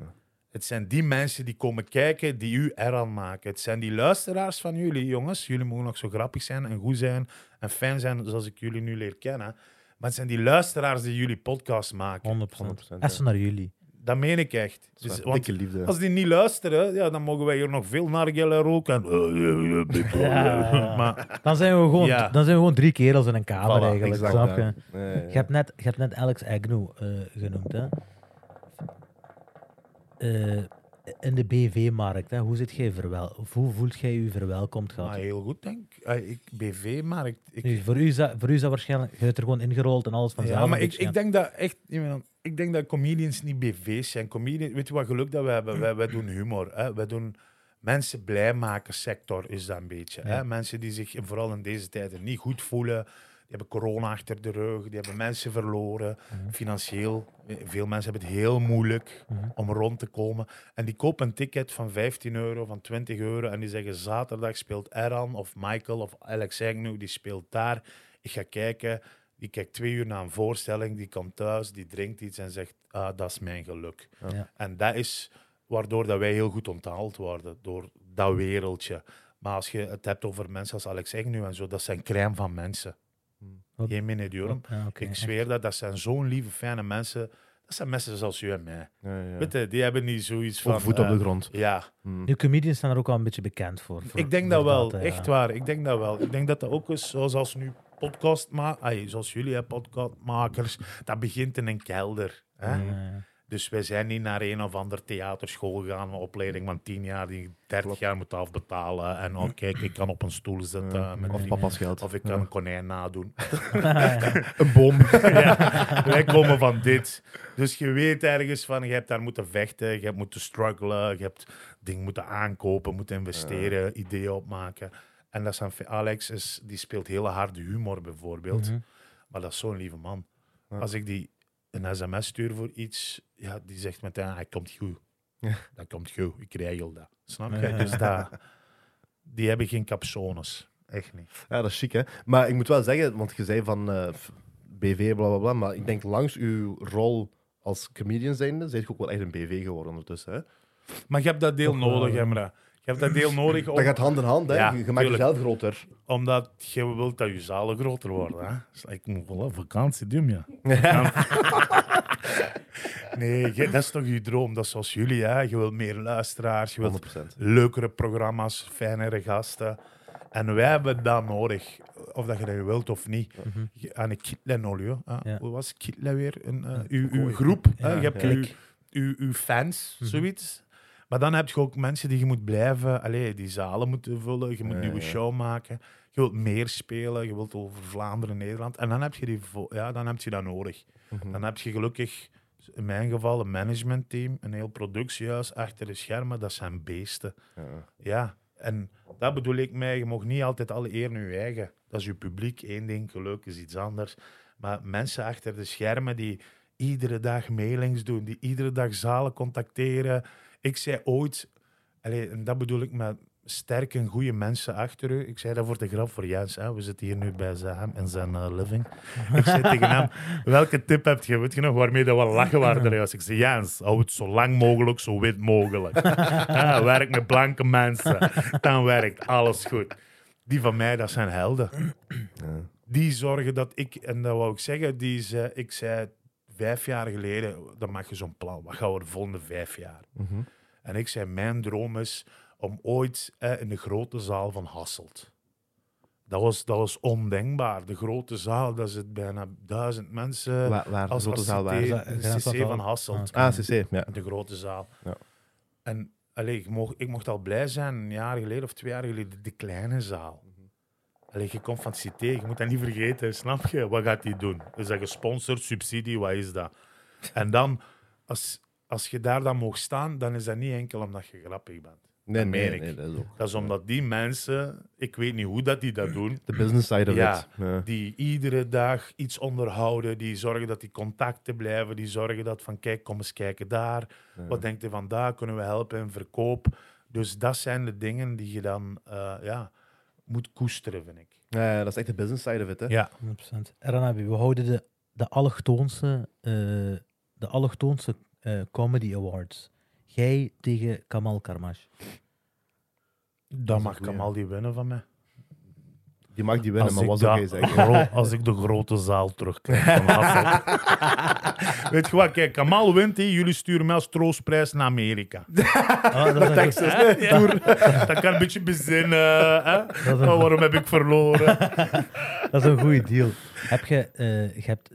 Het zijn die mensen die komen kijken, die u eraan maken. Het zijn die luisteraars van jullie, jongens. Jullie mogen nog zo grappig zijn en goed zijn en fijn zijn zoals ik jullie nu leer kennen. Maar het zijn die luisteraars die jullie podcast maken. 100%. Essen naar jullie. Dat meen ik echt. Dus, Dus, want dikke liefde. als die niet luisteren, ja, dan mogen wij hier nog veel nargillen roken. Maar Dan zijn we gewoon 3 kerels in een kamer Voilà, eigenlijk. Exact, Snap je? ja. Ja, ja. Je hebt net Alex Agnew genoemd. Hè? In de BV-markt, hè? Hoe voelt jij je verwelkomd gehad? heel goed, denk ik. BV-markt. Nu, voor u is dat waarschijnlijk, je bent er gewoon ingerold en alles vanzelf. Ja, maar een beetje ik denk dat echt... Ik denk dat comedians niet BV's zijn. Weet je wat geluk dat we hebben? Wij doen humor. Hè? Wij doen mensen blij maken sector, is dat een beetje. Ja. Hè? Mensen die zich vooral in deze tijden niet goed voelen. Die hebben corona achter de rug. Die hebben mensen verloren. Financieel. Veel mensen hebben het heel moeilijk om rond te komen. En die kopen een ticket van €15, van €20. En die zeggen zaterdag speelt Eran of Michael of Alex Agnew. Die speelt daar. Ik ga kijken. Die kijkt 2 uur naar een voorstelling, die komt thuis, die drinkt iets en zegt, dat is mijn geluk. Ja. En dat is waardoor dat wij heel goed onthaald worden, door dat wereldje. Maar als je het hebt over mensen als Alex Agnew en zo, dat zijn crème van mensen. Wat- Geen minidiorum. Ja, oké, Ik echt. zweer dat zijn zo'n lieve, fijne mensen. Dat zijn mensen zoals u en mij. Ja, ja. Weet je, die hebben niet zoiets van... Of voet op de grond. Ja, Nu, comedians zijn er ook wel een beetje bekend voor. ik denk dat wel. ja. Echt waar. Ik denk dat wel. Ik denk dat dat ook is, zoals als nu zoals jullie, hè, podcastmakers, dat begint in een kelder. Hè? Ja. Dus wij zijn niet naar een of ander theaterschool gegaan, een opleiding van 10 jaar die 30 jaar moet afbetalen. En oh, kijk, ik kan op een stoel zitten. Met Of die- papa's geld. of ik kan een konijn nadoen. Een boom. Ja, wij komen van dit. Dus je weet ergens van, je hebt daar moeten vechten, je hebt moeten struggelen, je hebt dingen moeten aankopen, moeten investeren, ideeën opmaken. En dat zijn, Alex die speelt hele harde humor bijvoorbeeld. Mhm. Maar dat is zo'n lieve man. Ja. Als ik die een sms stuur voor iets, ja, die zegt meteen, hij komt goed. Ja. Dat komt goed, ik regel dat. Snap je? Ja. Dus die hebben geen capsones. Echt niet. Ja, dat is chic, hè. Maar ik moet wel zeggen, want je zei van BV, bla bla bla, maar ik denk langs uw rol als comedian zijnde, zijt je ook wel echt een BV geworden ondertussen, hè. Maar je hebt dat deel Toch wel, nodig, ja. Emra. Je hebt dat deel nodig Dat gaat hand in hand, hè. Ja, Je maakt tuurlijk. jezelf groter. omdat je wilt dat je zalen groter worden. Hè? Dus ik moet wel op vakantie doen, ja. Nee, dat is toch je droom. Dat is zoals jullie. Hè? Je wilt meer luisteraars, je wilt 100%. leukere programma's, fijnere gasten. En wij hebben dat nodig. Of dat je dat wilt of niet. Aan een Kitle Ja. Hoe was Kitle weer? Ja, Uw groep. Hè? Ja, Je hebt klik. uw fans, zoiets. Maar dan heb je ook mensen die je moet blijven... Allee, die zalen moeten vullen. Je moet een nieuwe show maken. Je wilt meer spelen. Je wilt over Vlaanderen, Nederland. En dan heb je, dan heb je dat nodig. Dan heb je gelukkig, in mijn geval, een managementteam. Een heel productiehuis achter de schermen. Dat zijn beesten. Ja. Ja, en dat bedoel ik mij. Je mag niet altijd alle eer naar je eigen. Dat is je publiek, één ding. Geluk is iets anders. Maar mensen achter de schermen die iedere dag mailings doen. Die iedere dag zalen contacteren. Ik zei ooit... en dat bedoel ik met sterke en goede mensen achter u. Ik zei dat voor de grap voor Jens. Hè. We zitten hier nu bij hem in zijn living. Ik zei tegen hem, welke tip heb je? Weet je nog, waarmee dat we lachen waren juist. Ik zei, Jens, hou het zo lang mogelijk, zo wit mogelijk. Ja, werk met blanke mensen. Dan werkt alles goed. Die van mij, dat zijn helden. Die zorgen dat ik... En dat wou ik zeggen, ik zei 5 jaar geleden, dan maak je zo'n plan. Wat gaan we de volgende 5 jaar? En ik zei, mijn droom is om ooit in de grote zaal van Hasselt. Dat was ondenkbaar. De grote zaal, daar zit bijna 1000 mensen. Waar de grote zaal CT, waar? Is dat- de Grens CC dat van al? Hasselt. Ah, CC, ja. De grote zaal. Ja. En ik mocht al blij zijn, een jaar geleden of 2 jaar geleden, de kleine zaal. Je komt van CT, je moet dat niet vergeten, snap je? Wat gaat die doen? Is dat gesponsord, subsidie, wat is dat? En dan, als je daar dan mag staan, dan is dat niet enkel omdat je grappig bent. Nee, Dat meen ik. nee, dat is ook. Dat is omdat die mensen, ik weet niet hoe dat die dat doen, De business side of Ja. it. Ja. die iedere dag iets onderhouden, die zorgen dat die contacten blijven, die zorgen dat van kijk, kom eens kijken daar. Wat denkt u van daar? Kunnen we helpen in verkoop? Dus dat zijn de dingen die je dan moet koesteren, vind ik. Ja, dat is echt de business side of it, hè. Ja. 100%. Ranabi, we houden de allochtoonse Comedy Awards. jij tegen Kamal Karmash? Dan mag een goeie. Kamal die winnen van mij. Die mag die winnen, maar wat zou jij zeggen? Als ik de grote zaal terugkrijg van Hasselt. Weet je wat, kijk, Kamal wint, jullie sturen mij als troostprijs naar Amerika. Texas, Dat kan een beetje bezinnen. Hè? Waarom heb ik verloren? Dat is een goede deal. Je hebt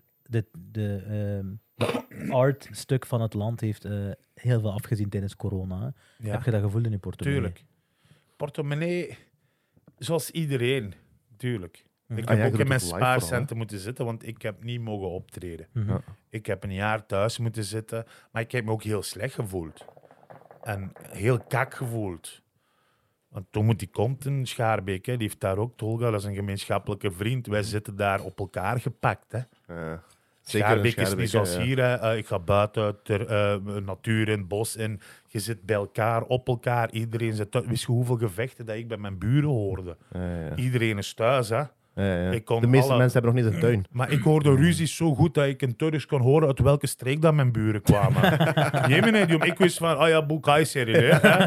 de art stuk van het land heeft heel veel afgezien tijdens corona. Hè? Ja, Heb je dat gevoeld in je portemonnee? tuurlijk. Portemonnee, zoals iedereen, tuurlijk. Ik Ah heb ja, je ook doet in mijn het live vooral, spaarcenten moeten zitten, want ik heb niet mogen optreden. Mhm. Ja. Ik heb een jaar thuis moeten zitten, maar ik heb me ook heel slecht gevoeld. En heel kak gevoeld. Want toen moet die komt in Schaarbeek, hè, die heeft daar ook, Tolga, dat is een gemeenschappelijke vriend. Wij zitten daar op elkaar gepakt. Hè. Schaarbeek is niet zoals hier. Hè. Ik ga buiten, natuur in, bos in. Je zit bij elkaar, op elkaar. Iedereen zit thuis. Wist je hoeveel gevechten dat ik bij mijn buren hoorde? Iedereen is thuis, hè. Ik kon De meeste alle- mensen hebben nog niet een tuin. Maar ik hoorde ruzies zo goed dat ik in Turks kon horen uit welke streek dat mijn buren kwamen. Ik wist van, oh ja, Boekayseri, hè.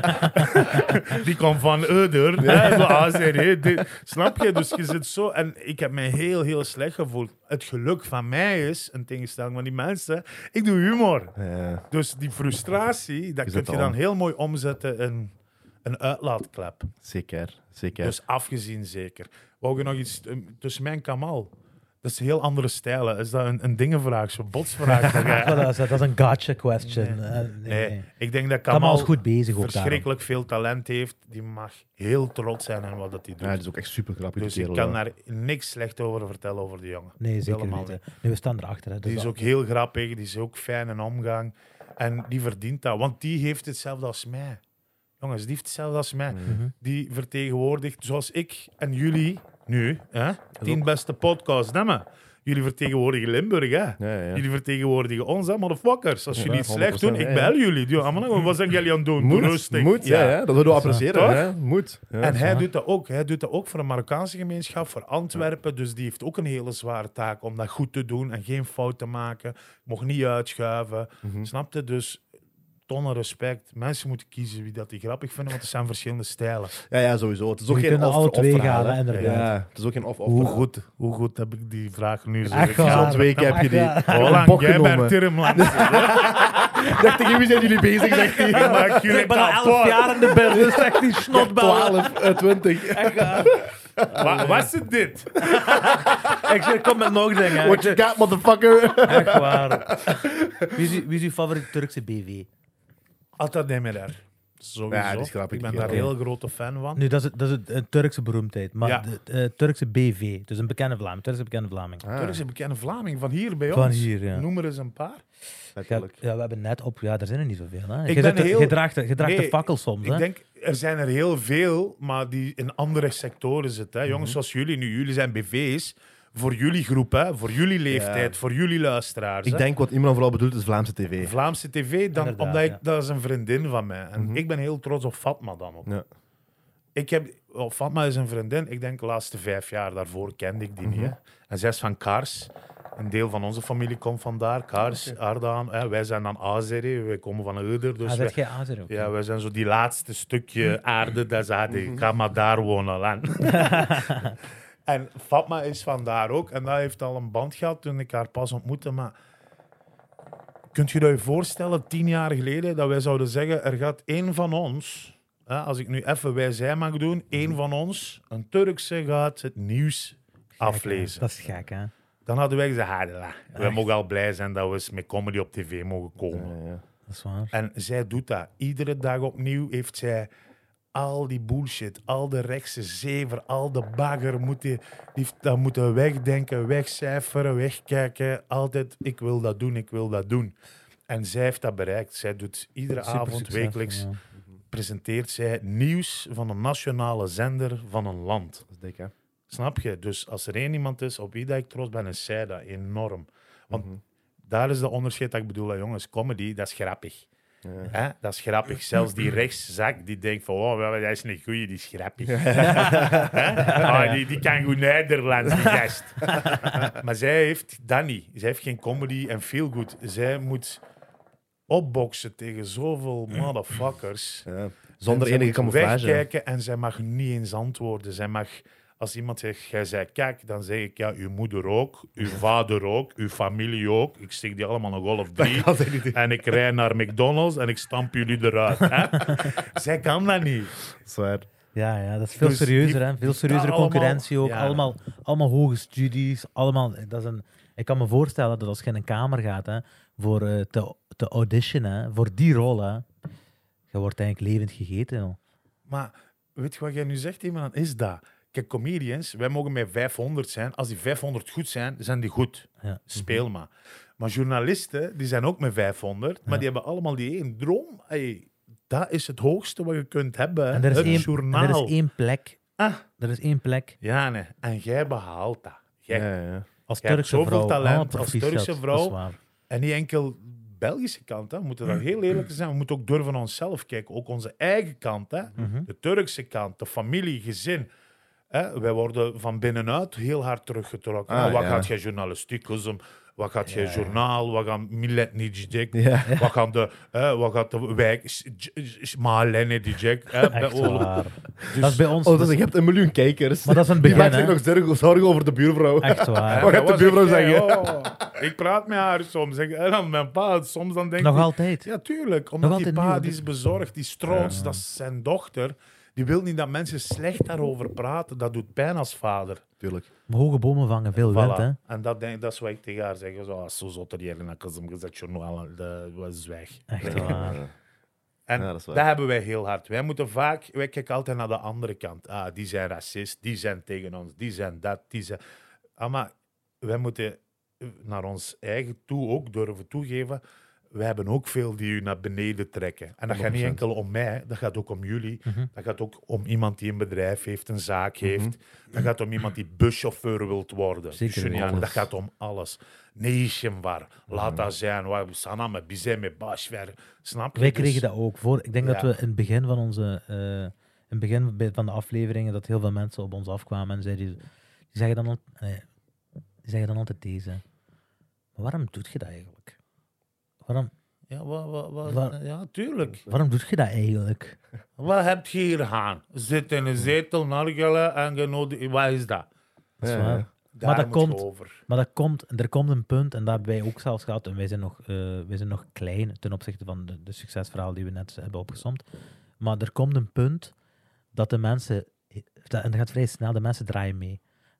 Die kwam van Euder, hè, zo Azeri. Snap je? Dus je zit zo... En ik heb me heel, heel slecht gevoeld. Het geluk van mij is, in tegenstelling van die mensen, ik doe humor. Dus die frustratie, dat kun zit je al. dan heel mooi omzetten in een uitlaatklep. Zeker. Dus afgezien zeker. Wou je nog iets tussen mij en Kamal? Dat is een heel andere stijl. Hè. Is dat een dingenvraag, zo'n botsvraag? Dat is een gotcha question. Nee, ik denk dat Kamal Kamal is goed bezig ook verschrikkelijk veel talent heeft. Die mag heel trots zijn in wat dat hij doet. Ja, dat is ook echt super grappig. Dus die ik kerel, kan ja. daar niks slecht over vertellen over die jongen. Nee, zeker Helemaal niet. Hè. Nee, we staan erachter. Hè. Dus Die is dat- ook heel grappig, die is ook fijn in omgang. En die verdient dat, want die heeft hetzelfde als mij. Jongens, die heeft hetzelfde als mij. Mhm. Die vertegenwoordigt, zoals ik en jullie nu, hè? 10 beste podcasts, hè, maar. Jullie vertegenwoordigen Limburg, hè? Ja. Jullie vertegenwoordigen ons, hè, motherfuckers. Als jullie Ja, iets slecht doen, 100%, ik ja, bel jullie. Ja, maar wat zijn jullie aan het doen? Doe Moet, rustig. moet, ja. Dat willen we appreciëren. Toch? Hè? Moet. Ja. En hij doet dat ook. Hij doet dat ook voor de Marokkaanse gemeenschap, voor Antwerpen. Dus die heeft ook een hele zware taak om dat goed te doen en geen fout te maken. Mocht niet uitschuiven. Snap je? Dus tonnen respect. Mensen moeten kiezen wie dat die grappig vinden, want er zijn verschillende stijlen. Ja, sowieso. Het is ook Je geen kunt alle twee verhaal, gaan, hè. hè, inderdaad. Ja, het is ook geen off-off. Hoe goed heb ik die vraag nu zo Echt gegaan? waar. Zo'n 2 keer heb je die Echt Hoe een lang? bok Jij genomen. bent er lang. Dacht ik, wie zijn jullie bezig? Zegt hij. Maak jullie Ik ben al 11 kapot. jaar in de bel, dus echt die snotbel. 12, 20. Wat is het dit? Ik zeg, kom met nog dingen. What you got, motherfucker? Echt waar. Wie is uw favoriete Turkse BV? Altijd Demirel. Sowieso. Ja, die is grappig, Ik ben die daar kerel. heel grote fan van. Nu, dat is een Turkse beroemdheid. Maar Ja. de Turkse BV, dus een bekende Vlaming. Turkse bekende Vlaming. Turkse bekende Vlaming van hier bij Van ons. hier, ja. Noem er eens een paar. Ja, we hebben net op... Ja, er zijn er niet zoveel. Hè. Ik Je, ben zet- heel- je draagt de Nee, fakkel soms. Ik Hè. denk, er zijn er heel veel, maar die in andere sectoren zitten. Hè. Jongens zoals jullie nu, jullie zijn BV's. Voor jullie groep, hè, voor jullie leeftijd, voor jullie luisteraars. Ik hè. denk wat iemand vooral bedoelt is Vlaamse tv. Vlaamse tv, dan, Inderdaad, omdat ja. dat is een vriendin van mij. En ik ben heel trots op Fatma dan ook. Ja. Fatma is een vriendin, ik denk de laatste 5 jaar daarvoor kende ik die niet. Hè. En zij is van Kars. Een deel van onze familie komt vandaar. Kars, Ardahan. Hè. Wij zijn dan Azeri, wij komen van Euder. Dus Ah, wij, dat jij Azer ook. ja, wij zijn zo die laatste stukje aarde dat ze hadden. Ik ga maar daar wonen. Lan. En Fatma is vandaar ook. En dat heeft al een band gehad toen ik haar pas ontmoette. Maar kunt je je voorstellen, 10 jaar geleden, dat wij zouden zeggen, er gaat één van ons, hè, als ik nu even wij-zij mag doen, één van ons, een Turkse, gaat het nieuws aflezen. Dat is gek, hè? Dan hadden wij gezegd, we mogen al blij zijn dat we eens met comedy op tv mogen komen. Ja. Dat is waar. En zij doet dat. Iedere dag opnieuw heeft zij al die bullshit, al de rechtse zever, al de bagger dat moeten wegdenken, wegcijferen, wegkijken. Altijd, ik wil dat doen, ik wil dat doen. En zij heeft dat bereikt. Zij doet iedere Super avond, succesvol, wekelijks, ja. presenteert zij nieuws van een nationale zender van een land. Dat is dik, hè? Snap je? Dus als er één iemand is op wie dat ik trots ben, is zij dat enorm. Want daar is de onderscheid dat ik bedoel, hè, jongens. Comedy, dat is grappig. Hè? Dat is grappig. Zelfs die rechtszak die denkt van, oh, wel, dat is een goeie, die is grappig. Hè? Ah, die kan goed Nederlands, die gast. Maar zij heeft dat niet. Zij heeft geen comedy en feel good. Zij moet opboksen tegen zoveel motherfuckers. Ja. Zonder En zij enige moet camouflage. wegkijken en zij mag niet eens antwoorden. Zij mag, als iemand zegt, jij zei kijk, dan zeg ik ja, uw moeder ook, uw vader ook, uw familie ook. Ik steek die allemaal een golf 3 Dat is niet- en ik rij naar McDonald's en ik stamp jullie eruit. Hè? Zij kan dat niet. Zwaar. Ja, dat is veel Dus serieuzer. die- Hè? Veel die serieuzere staan concurrentie ook. allemaal- Allemaal hoge studies. Allemaal, ik kan me voorstellen dat als je in een kamer gaat hè, voor te auditionen, voor die rol, hè, je wordt eigenlijk levend gegeten. Joh. Maar weet je wat jij nu zegt, iemand? Is dat? Kijk, comedians, wij mogen met 500 zijn. Als die 500 goed zijn, zijn die goed. Ja. Speel maar. Maar journalisten, die zijn ook met 500, maar Ja. die hebben allemaal die één droom. Hey, dat is het hoogste wat je kunt hebben. En er is, het één, journaal. en er is één plek. Ah, Er is één plek. ja, nee. En jij behaalt dat. Jij, Ja. Als Jij hebt Turkse zoveel vrouw. talent, allemaal als proficiat, Turkse vrouw. dat is waar. En niet enkel Belgische kant, hè. We moeten daar heel eerlijk zijn. We moeten ook durven naar onszelf kijken. Ook onze eigen kant, hè. Mhm. De Turkse kant, de familie, gezin. Hè? Wij worden van binnenuit heel hard teruggetrokken. Ah, wat ja. gaat jij journalistiek? Wat gaat jij Ja, ja. journaal? Wat gaan Millet niet Jack? Ja. Wat gaat de wijk? Malene die Jack? Echt waar. Dat is bij ons. Oh, dus je hebt 1 miljoen kijkers. Maar dat is een Die begin, maakt zich hè. nog zorgen over de buurvrouw. Echt waar. Wat gaat de buurvrouw zeggen? Ik praat met haar soms. En dan mijn pa, soms dan denk Nog ik... altijd. Ja, tuurlijk. Omdat Nog die altijd pa, nu, die is bezorgd, die is trots, Ja. dat is zijn dochter. Die wil niet dat mensen slecht daarover praten. Dat doet pijn als vader. Tuurlijk. Hoge bomen vangen veel wind, Voilà. hè. En dat is wat ik tegen haar zeg. Zo zotter die eigenlijk als hem gezegd, journaal, dat was zwijg. Echt waar. En Ja, dat is dat, waar. hebben wij heel hard. Wij kijken altijd naar de andere kant. Ah, die zijn racist, die zijn tegen ons, die zijn dat, die zijn... Maar wij moeten naar ons eigen toe ook durven toegeven. Wij hebben ook veel die u naar beneden trekken. En dat gaat niet 100%. enkel om mij, dat gaat ook om jullie. Mhm. Dat gaat ook om iemand die een bedrijf heeft, een zaak heeft. Dat gaat om iemand die buschauffeur wilt worden. Zeker Julian, alles. dat gaat om alles. Neesjenbar, laat dat zijn. We staan aan met bizar, met basver. Snap je? Wij Dus- kregen dat ook voor. Ik denk dat Ja. we in het begin van onze... in het begin van de afleveringen dat heel veel mensen op ons afkwamen en zeiden... Die zeggen dan altijd deze. Maar waarom doe je dat eigenlijk? Ja, Wa- ja, tuurlijk. Waarom doe je dat eigenlijk? Wat heb je hier aan? Zit in een zetel, nargelen en genodigd. Wat is dat? Dat is Ja, waar. ja. Daar dat moet je komt- over. Maar er komt een punt, en dat hebben wij ook zelfs gehad, en wij zijn nog klein ten opzichte van de succesverhaal die we net hebben opgesomd. Maar er komt een punt dat de mensen, en dat gaat vrij snel, de mensen draaien mee.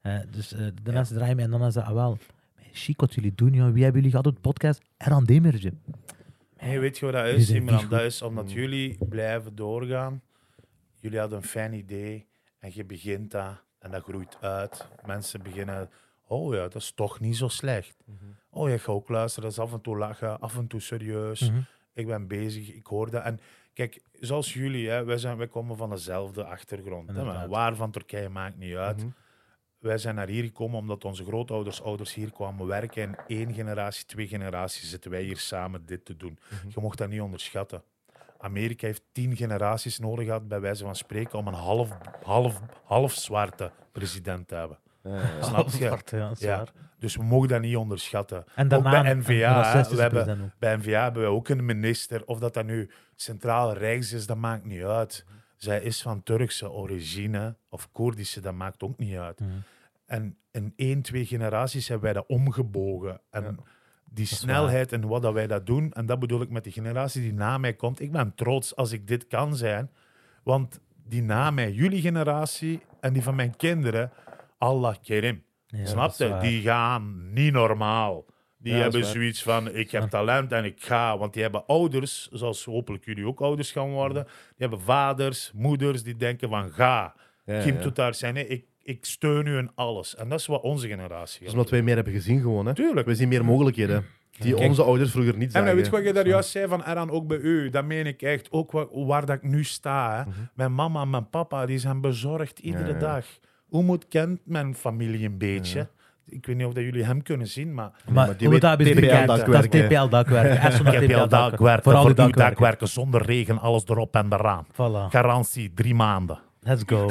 De mensen draaien mee en dan is dat, wel, chic wat jullie doen, joh. Wie hebben jullie gehad op de podcast? R&D merge. Hey, weet je wat dat Die is, zijn niet Imran? goed. Dat is omdat jullie blijven doorgaan. Jullie hadden een fijn idee en je begint dat en dat groeit uit. Mensen beginnen, oh ja, dat is toch niet zo slecht. Oh, je gaat ook luisteren, dat is af en toe lachen, af en toe serieus. Ik ben bezig, ik hoor dat. En kijk, zoals jullie, hè, wij komen van dezelfde achtergrond. Hè, maar Inderdaad. waar van Turkije maakt niet uit. Wij zijn naar hier gekomen omdat onze grootouders hier kwamen werken. En 1 generatie, 2 generaties zitten wij hier samen dit te doen. Je mocht dat niet onderschatten. Amerika heeft 10 generaties nodig gehad, bij wijze van spreken, om een half zwarte president te hebben. Snap je? Zwart, ja, dat is Ja. waar. Dus we mogen dat niet onderschatten. En Ook daarna bij een NVA, hè, racistische we hebben, president ook. bij NVA hebben we ook een minister. Of dat nu centraal rechts is, dat maakt niet uit. Zij is van Turkse origine of Koerdische, dat maakt ook niet uit. En in 1, 2 generaties hebben wij dat omgebogen. En die is snelheid en wat dat wij dat doen, en dat bedoel ik met die generatie die na mij komt. Ik ben trots als ik dit kan zijn, want die na mij, jullie generatie en die van mijn kinderen, Allah kerim. Ja, Snap dat is je? waar. Die gaan niet normaal. Die Ja, dat is hebben waar. zoiets van, ik heb talent en ik ga. Want die hebben ouders, zoals hopelijk jullie ook ouders gaan worden. Die hebben vaders, moeders, die denken van, ga. Ja, Kim ja. doet daar zijn. Nee, ik steun u in alles. En dat is wat onze generatie Dat is gaat omdat wij meer hebben gezien gewoon. Hè. Tuurlijk. We zien meer mogelijkheden die Kijk. onze ouders vroeger niet En zagen. weet je wat je daar juist zei van Eran, ook bij u? Dat meen ik echt. Ook waar dat ik nu sta. Hè. Mijn mama en mijn papa, die zijn bezorgd iedere Ja. dag. Hoe moet kent mijn familie een beetje? Ik weet niet of dat jullie hem kunnen zien, maar... Maar die hoe weet dat is TPL-dakwerken. dat is TPL-dakwerken. Echt zo'n TPL-dakwerken, Voor al die voor uw dakwerken. dakwerken, zonder regen, alles erop en eraan. Voilà. Garantie, 3 maanden. Let's go.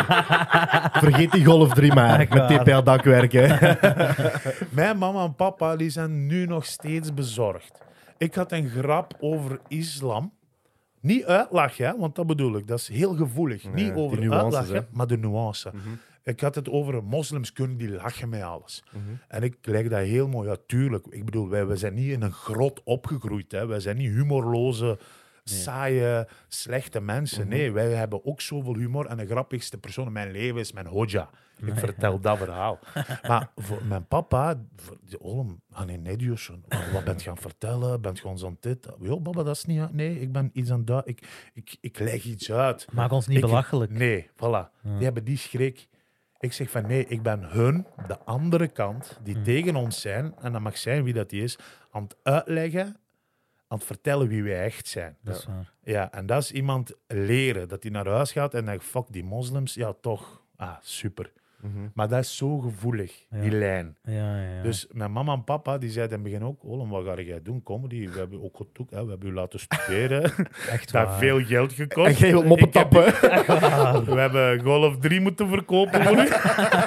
Vergeet die Golf 3 maar, Echt met waar. TPL-dakwerken. Mijn mama en papa die zijn nu nog steeds bezorgd. Ik had een grap over islam. Niet uitlachen, hè, want dat bedoel ik. Dat is heel gevoelig. Ja, Niet die over nuances, uitlachen, hè. maar de nuance. Mhm. Ik had het over moslims kunnen die lachen met alles. Mhm. En ik leg dat heel mooi uit. Tuurlijk, ik bedoel, wij zijn niet in een grot opgegroeid. Hè. Wij zijn niet humorloze, saaie, slechte mensen. Nee, wij hebben ook zoveel humor. En de grappigste persoon in mijn leven is mijn Hodja. Ik vertel dat verhaal. Maar voor mijn papa, Olm, nee, Jusson, wat bent je aan het vertellen? Bent je ons aan dit? Jo, baba, dat is niet... Nee, ik ben iets aan dat. Ik leg iets uit. Maak ons niet belachelijk. Nee, voilà. Die hebben die schrik. Ik zeg van nee, ik ben hun, de andere kant, die tegen ons zijn, en dat mag zijn wie dat die is, aan het uitleggen, aan het vertellen wie wij echt zijn. Dat is waar. Ja, en dat is iemand leren, dat hij naar huis gaat en denkt, fuck die moslims, ja toch, super. Mhm. Maar dat is zo gevoelig, die lijn. Ja. Dus mijn mama en papa, die zeiden in het begin ook, Olem, wat ga jij doen? Comedy, we hebben ook goed, hè, we hebben u laten studeren. Echt Dat heeft waar. veel geld gekost. En jij wilt moppen Ik heb tappen. We hebben Golf 3 moeten verkopen voor u.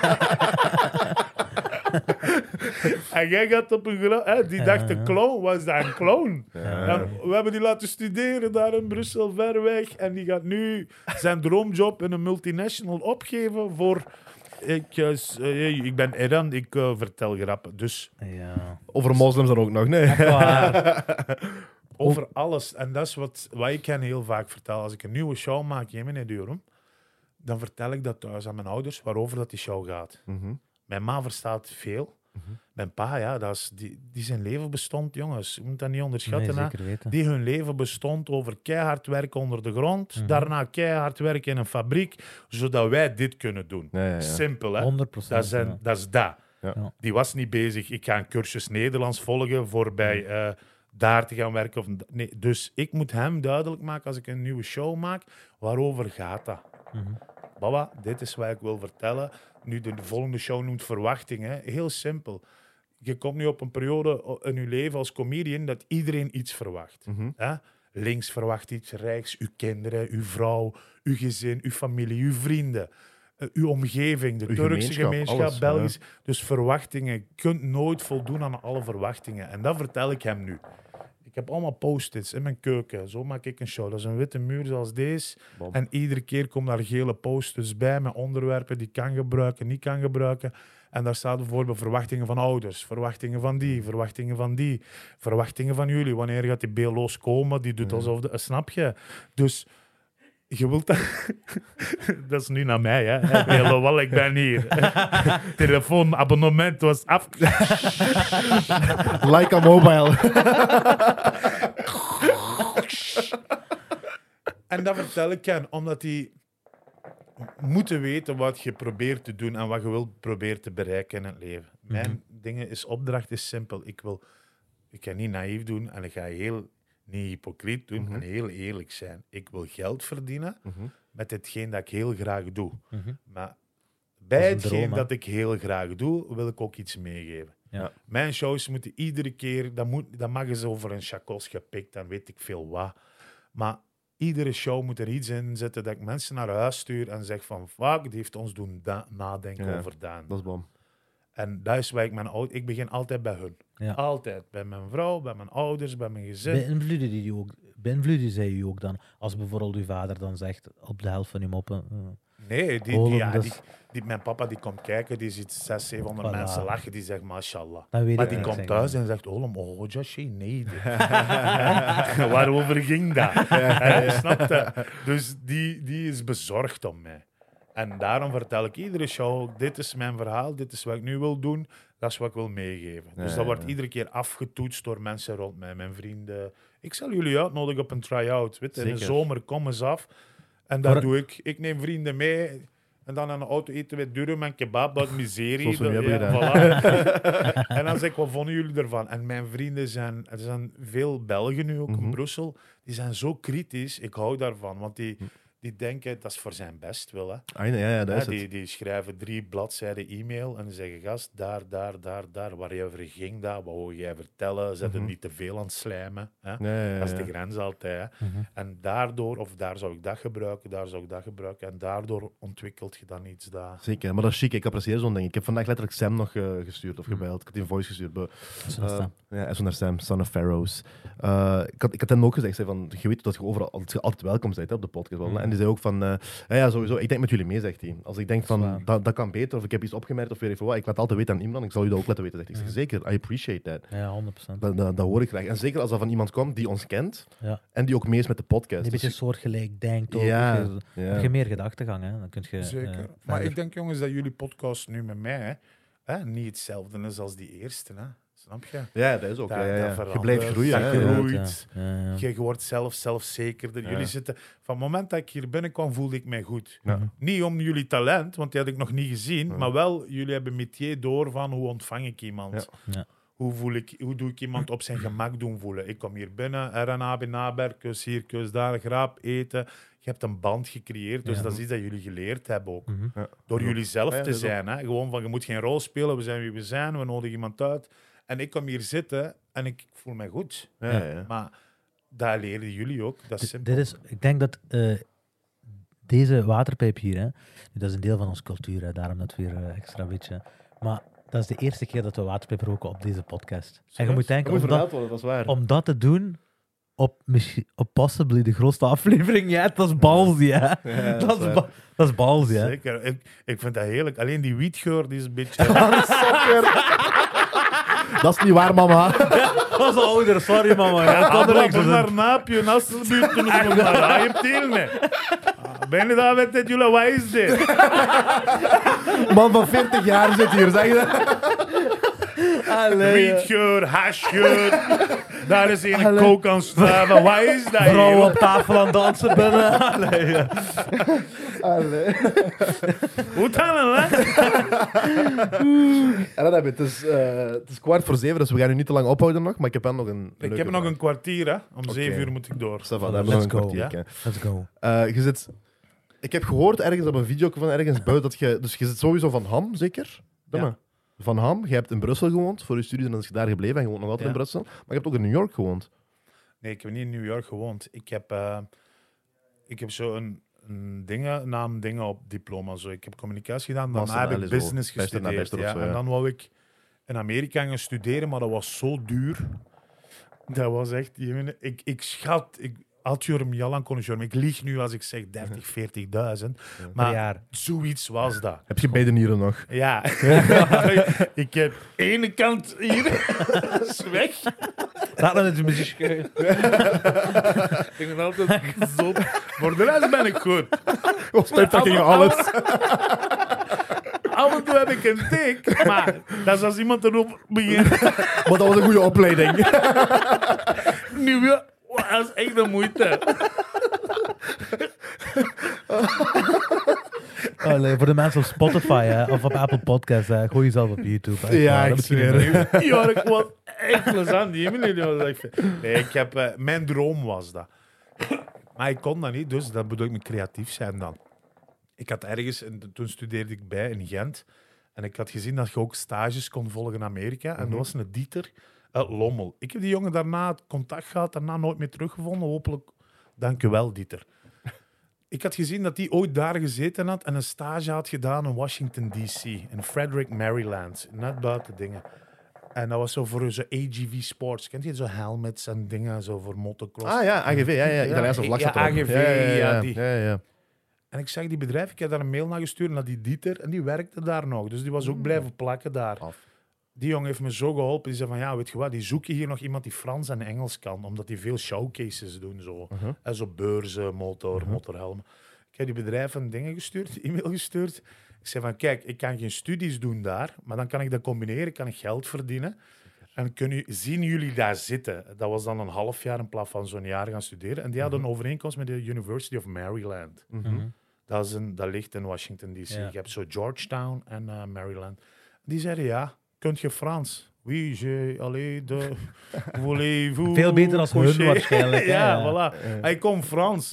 En jij gaat op een... Die dacht, een clown, was dat een clown? En we hebben die laten studeren daar in Brussel, ver weg. En die gaat nu zijn droomjob in een multinational opgeven voor... Ik ben Eran, ik vertel grappen. Dus Ja. Over moslims dan ook nog, nee. Echt waar. over alles. En dat is wat ik hen heel vaak vertel. Als ik een nieuwe show maak, in Durum, dan vertel ik dat thuis aan mijn ouders, waarover dat die show gaat. Mhm. Mijn ma verstaat veel. Mijn pa, ja, die zijn leven bestond, jongens. Je moet dat niet onderschatten. Nee, hè. zeker weten. Die hun leven bestond over keihard werken onder de grond. Daarna keihard werken in een fabriek, zodat wij dit kunnen doen. Ja. Simpel, hè? 100%. Dat is dat. Ja. Die was niet bezig, ik ga een cursus Nederlands volgen voor bij daar te gaan werken. Nee, dus ik moet hem duidelijk maken als ik een nieuwe show maak, waarover gaat dat? Baba, dit is wat ik wil vertellen. Nu, de volgende show noemt verwachtingen. Heel simpel. Je komt nu op een periode in je leven als comedian dat iedereen iets verwacht. Hè? Links verwacht iets, rechts, uw kinderen, uw vrouw, uw gezin, uw familie, uw vrienden, uw omgeving, de Uw Turkse gemeenschap, alles, Belgisch. ja. Dus verwachtingen. Je kunt nooit voldoen aan alle verwachtingen. En dat vertel ik hem nu. Ik heb allemaal post-its in mijn keuken. Zo maak ik een show. Dat is een witte muur zoals deze. Bom. En iedere keer komen daar gele post-its bij met onderwerpen die ik kan gebruiken, niet kan gebruiken. En daar staat bijvoorbeeld verwachtingen van ouders, verwachtingen van die, verwachtingen van jullie. Wanneer gaat die BLO's komen? Die doet alsof... Snap je? Dus je wilt dat... Dat is nu naar mij, hè. Helemaal, ik ben hier. Telefoonabonnement was af... Like a mobile. En dat vertel ik hen, omdat die moeten weten wat je probeert te doen en wat je wilt proberen te bereiken in het leven. Mijn opdracht is simpel. Ik ga niet naïef doen en ik ga heel niet hypocriet doen en heel eerlijk zijn. Ik wil geld verdienen met hetgeen dat ik heel graag doe. Maar bij Dat is een hetgeen droom, hè? dat ik heel graag doe, wil ik ook iets meegeven. Ja. Mijn shows moeten iedere keer, dat mag eens over een chacos gepikt en weet ik veel wat. Maar iedere show moet er iets in zitten dat ik mensen naar huis stuur en zeg van fuck, die heeft ons doen nadenken Ja, over Daan. Dat is bom. En dat is waar ik begin altijd bij hun. Ja. Altijd. Bij mijn vrouw, bij mijn ouders, bij mijn gezin. Beïnvloeden zij u ook dan? Als bijvoorbeeld uw vader dan zegt op de helft van uw moppen... Nee, Golem, dus- mijn papa die komt kijken, die ziet 600, 700 Voilà. mensen lachen, die zegt mashallah. Dan weet Maar ik die wat ik komt zeg, thuis ja. en zegt, oh, Joshi, nee. Waarover ging dat? Snap je? Dus die is bezorgd om mij. En daarom vertel ik iedere show, dit is mijn verhaal, dit is wat ik nu wil doen, dat is wat ik wil meegeven. Dus dat wordt iedere keer afgetoetst door mensen rond mij, mijn vrienden. Ik zal jullie uitnodigen op een try-out. Weet je, in de Zeker. zomer, kom eens af. En dat Maar- doe ik. Ik neem vrienden mee. En dan aan de auto eten we durum en kebab, wat miserie. Zoals we nu hebben Voilà. En dan zeg ik, wat vonden jullie ervan? En mijn vrienden er zijn veel Belgen nu ook in Brussel, die zijn zo kritisch. Ik hou daarvan, want die denken, dat is voor zijn best wel. Hè. Ja, dat is het. Die schrijven 3 bladzijden e-mail en die zeggen, gast, daar, waarover ging dat, wat wil jij vertellen, zet er niet te veel aan het slijmen. Hè. Ja. Dat is de grens altijd. Hè. En daardoor, of daar zou ik dat gebruiken, en daardoor ontwikkelt je dan iets daar. Zeker, maar dat is chic. Ik apprecieer zo'n ding. Ik heb vandaag letterlijk Sam nog gestuurd of gebeld. Ik had die een voice gestuurd. Ja, zo naar Sam, Son of Pharaohs. Ik had hem ook gezegd, zei van, je weet dat je overal altijd welkom bent, hè, op de podcast. Wel, en die zei ook van, ja, sowieso, ik denk met jullie mee, zegt hij. Als ik denk van, dat kan beter, of ik heb iets opgemerkt, of weet ik veel wat, ik laat altijd weten aan iemand, ik zal u dat ook laten weten, zegt hij. Ik zeg, zeker, I appreciate that. Ja, 100%. Dat hoor ik graag. En zeker als dat van iemand komt die ons kent, Ja. en die ook mee is met de podcast. Die een beetje Dus- soortgelijk denkt ook. Ja, Heb ja. je meer gedachtegang, hè? Dan kun je, Zeker. Maar verder. ik denk, jongens, dat jullie podcast nu met mij niet hetzelfde is als die eerste. Hè. Snap je? Ja, dat is ook. Dat- ja, dat ja. Je verandert, blijft groeien. dat hè. groeit. Ja. Je wordt zelfzekerder. Ja. Jullie zitten... Van het moment dat ik hier binnenkwam, voelde ik mij goed. Ja. Niet om jullie talent, want die had ik nog niet gezien, maar wel, jullie hebben métier door van hoe ontvang ik iemand. Ja. Hoe doe ik iemand op zijn gemak doen voelen? Ik kom hier binnen, RNA, Naber, kus hier, kus daar, grap, eten. Je hebt een band gecreëerd, dus Ja. dat is iets dat jullie geleerd hebben ook. Mhm. Door jullie zelf Ja, te dat is zijn. Hè? Gewoon van, je moet geen rol spelen, we zijn wie we zijn, we nodigen iemand uit. En ik kom hier zitten en ik voel me goed. Ja. Maar dat leren jullie ook, dat is simpel. Dit is, ik denk dat deze waterpijp hier, hè, dat is een deel van onze cultuur, hè, daarom dat weer extra beetje. Maar dat is de eerste keer dat we waterpijp roken op deze podcast. En je moet denken, Dat moet om verteld worden, dat is waar. om dat te doen op possibly de grootste aflevering, ja, dat is balsy, hè. Ja, Dat is balsy, hè. Zeker. Ik vind dat heerlijk. Alleen die wietgeur die is een beetje... Dat is niet waar, mama. Dat is ouder, sorry mama. Ja, ik kan er Abla niks aan doen. naar Naapje, Nasselbuurt, toen ik naar je telen. Ben je daar met dit, jullie, wat is dit? Man van 40 jaar zit hier, zeg je dat? Wietgeur, hashgeur. Daar is een kook aan straven. Wat is dat hier? Vrouwen op tafel aan dansen binnen. Allee, ja. Hoe dan, hè? En dan heb je, het is 6:15, dus we gaan nu niet te lang ophouden nog, maar ik heb wel nog een Ik heb nog een kwartier, hè. Om 7 uur moet ik door. Stefan, daar hebben we nog een Let's go. kwartier. Let's go. Je zit... Ik heb gehoord ergens op een video van ergens buiten dat je... Dus je zit sowieso van Ham, zeker? Ja. Maar. Van Ham. Je hebt in Brussel gewoond voor je studies en dan is je daar gebleven en je woont nog altijd Ja. in Brussel. Maar je hebt ook in New York gewoond. Nee, ik heb niet in New York gewoond. Ik heb zo een dingen op diploma. Zo. Ik heb communicatie gedaan, daarna Master heb ik LSO. business Bachelor naar gestudeerd. bachelor of Ja. zo, ja. En dan wou ik in Amerika gaan studeren, maar dat was zo duur. Dat was echt... Ik lieg nu als ik zeg 30, 40.000. Per Maar jaar. zoiets was dat. Heb je beide nieren nog? Ja. Ik heb ene kant hier is weg. Laat dan het muziek. Ik ben altijd gezond. Voor de rest ben ik goed. Step fucking alles. Af en toe heb ik een tik, maar dat is als iemand erop begint. Maar dat was een goede opleiding. Nu weer, dat is echt een moeite. Allee, voor de mensen op Spotify hè, of op Apple Podcasts, gooi jezelf op YouTube. Hè. Ja, Dat ik moet je zweer. niet doen. Ja, ik was echt plezant. Die Emily was echt... Nee, ik heb... mijn droom was dat. Maar ik kon dat niet, dus dat bedoel ik met creatief zijn dan. Ik had ergens... Toen studeerde ik bij in Gent. En ik had gezien dat je ook stages kon volgen in Amerika. En dat was een Dieter uit Lommel. Ik heb die jongen daarna contact gehad, daarna nooit meer teruggevonden. Hopelijk... Dank u wel, Dieter. Ik had gezien dat hij ooit daar gezeten had en een stage had gedaan in Washington, D.C. In Frederick, Maryland. Net buiten dingen. En dat was zo voor zo AGV Sports. Kent je zo helmets en dingen zo voor motocross? Ah ja, AGV. Ja. Italiaanse vlag ja, staat erop. AGV, ja, die. Ja. En ik zag die bedrijf, ik heb daar een mail naar gestuurd naar die Dieter en die werkte daar nog. Dus die was ook blijven plakken daar. Af. Die jongen heeft me zo geholpen. Die zei van, ja, weet je wat, die zoeken hier nog iemand die Frans en Engels kan. Omdat die veel showcases doen, zo. En zo beurzen, motorhelmen. Ik heb die bedrijven dingen gestuurd, e-mail gestuurd. Ik zei van, kijk, ik kan geen studies doen daar, maar dan kan ik dat combineren, kan ik geld verdienen. En zien jullie daar zitten? Dat was dan een half jaar in plaats van zo'n jaar gaan studeren. En die hadden een overeenkomst met de University of Maryland. Dat ligt in Washington, D.C. Ja. Je hebt zo Georgetown en Maryland. Die zeiden, ja, kunt je Frans? Oui, j'ai allé voulez-vous... Veel beter als hun coucher? waarschijnlijk. hè. Ja, voilà. Hij kon Frans.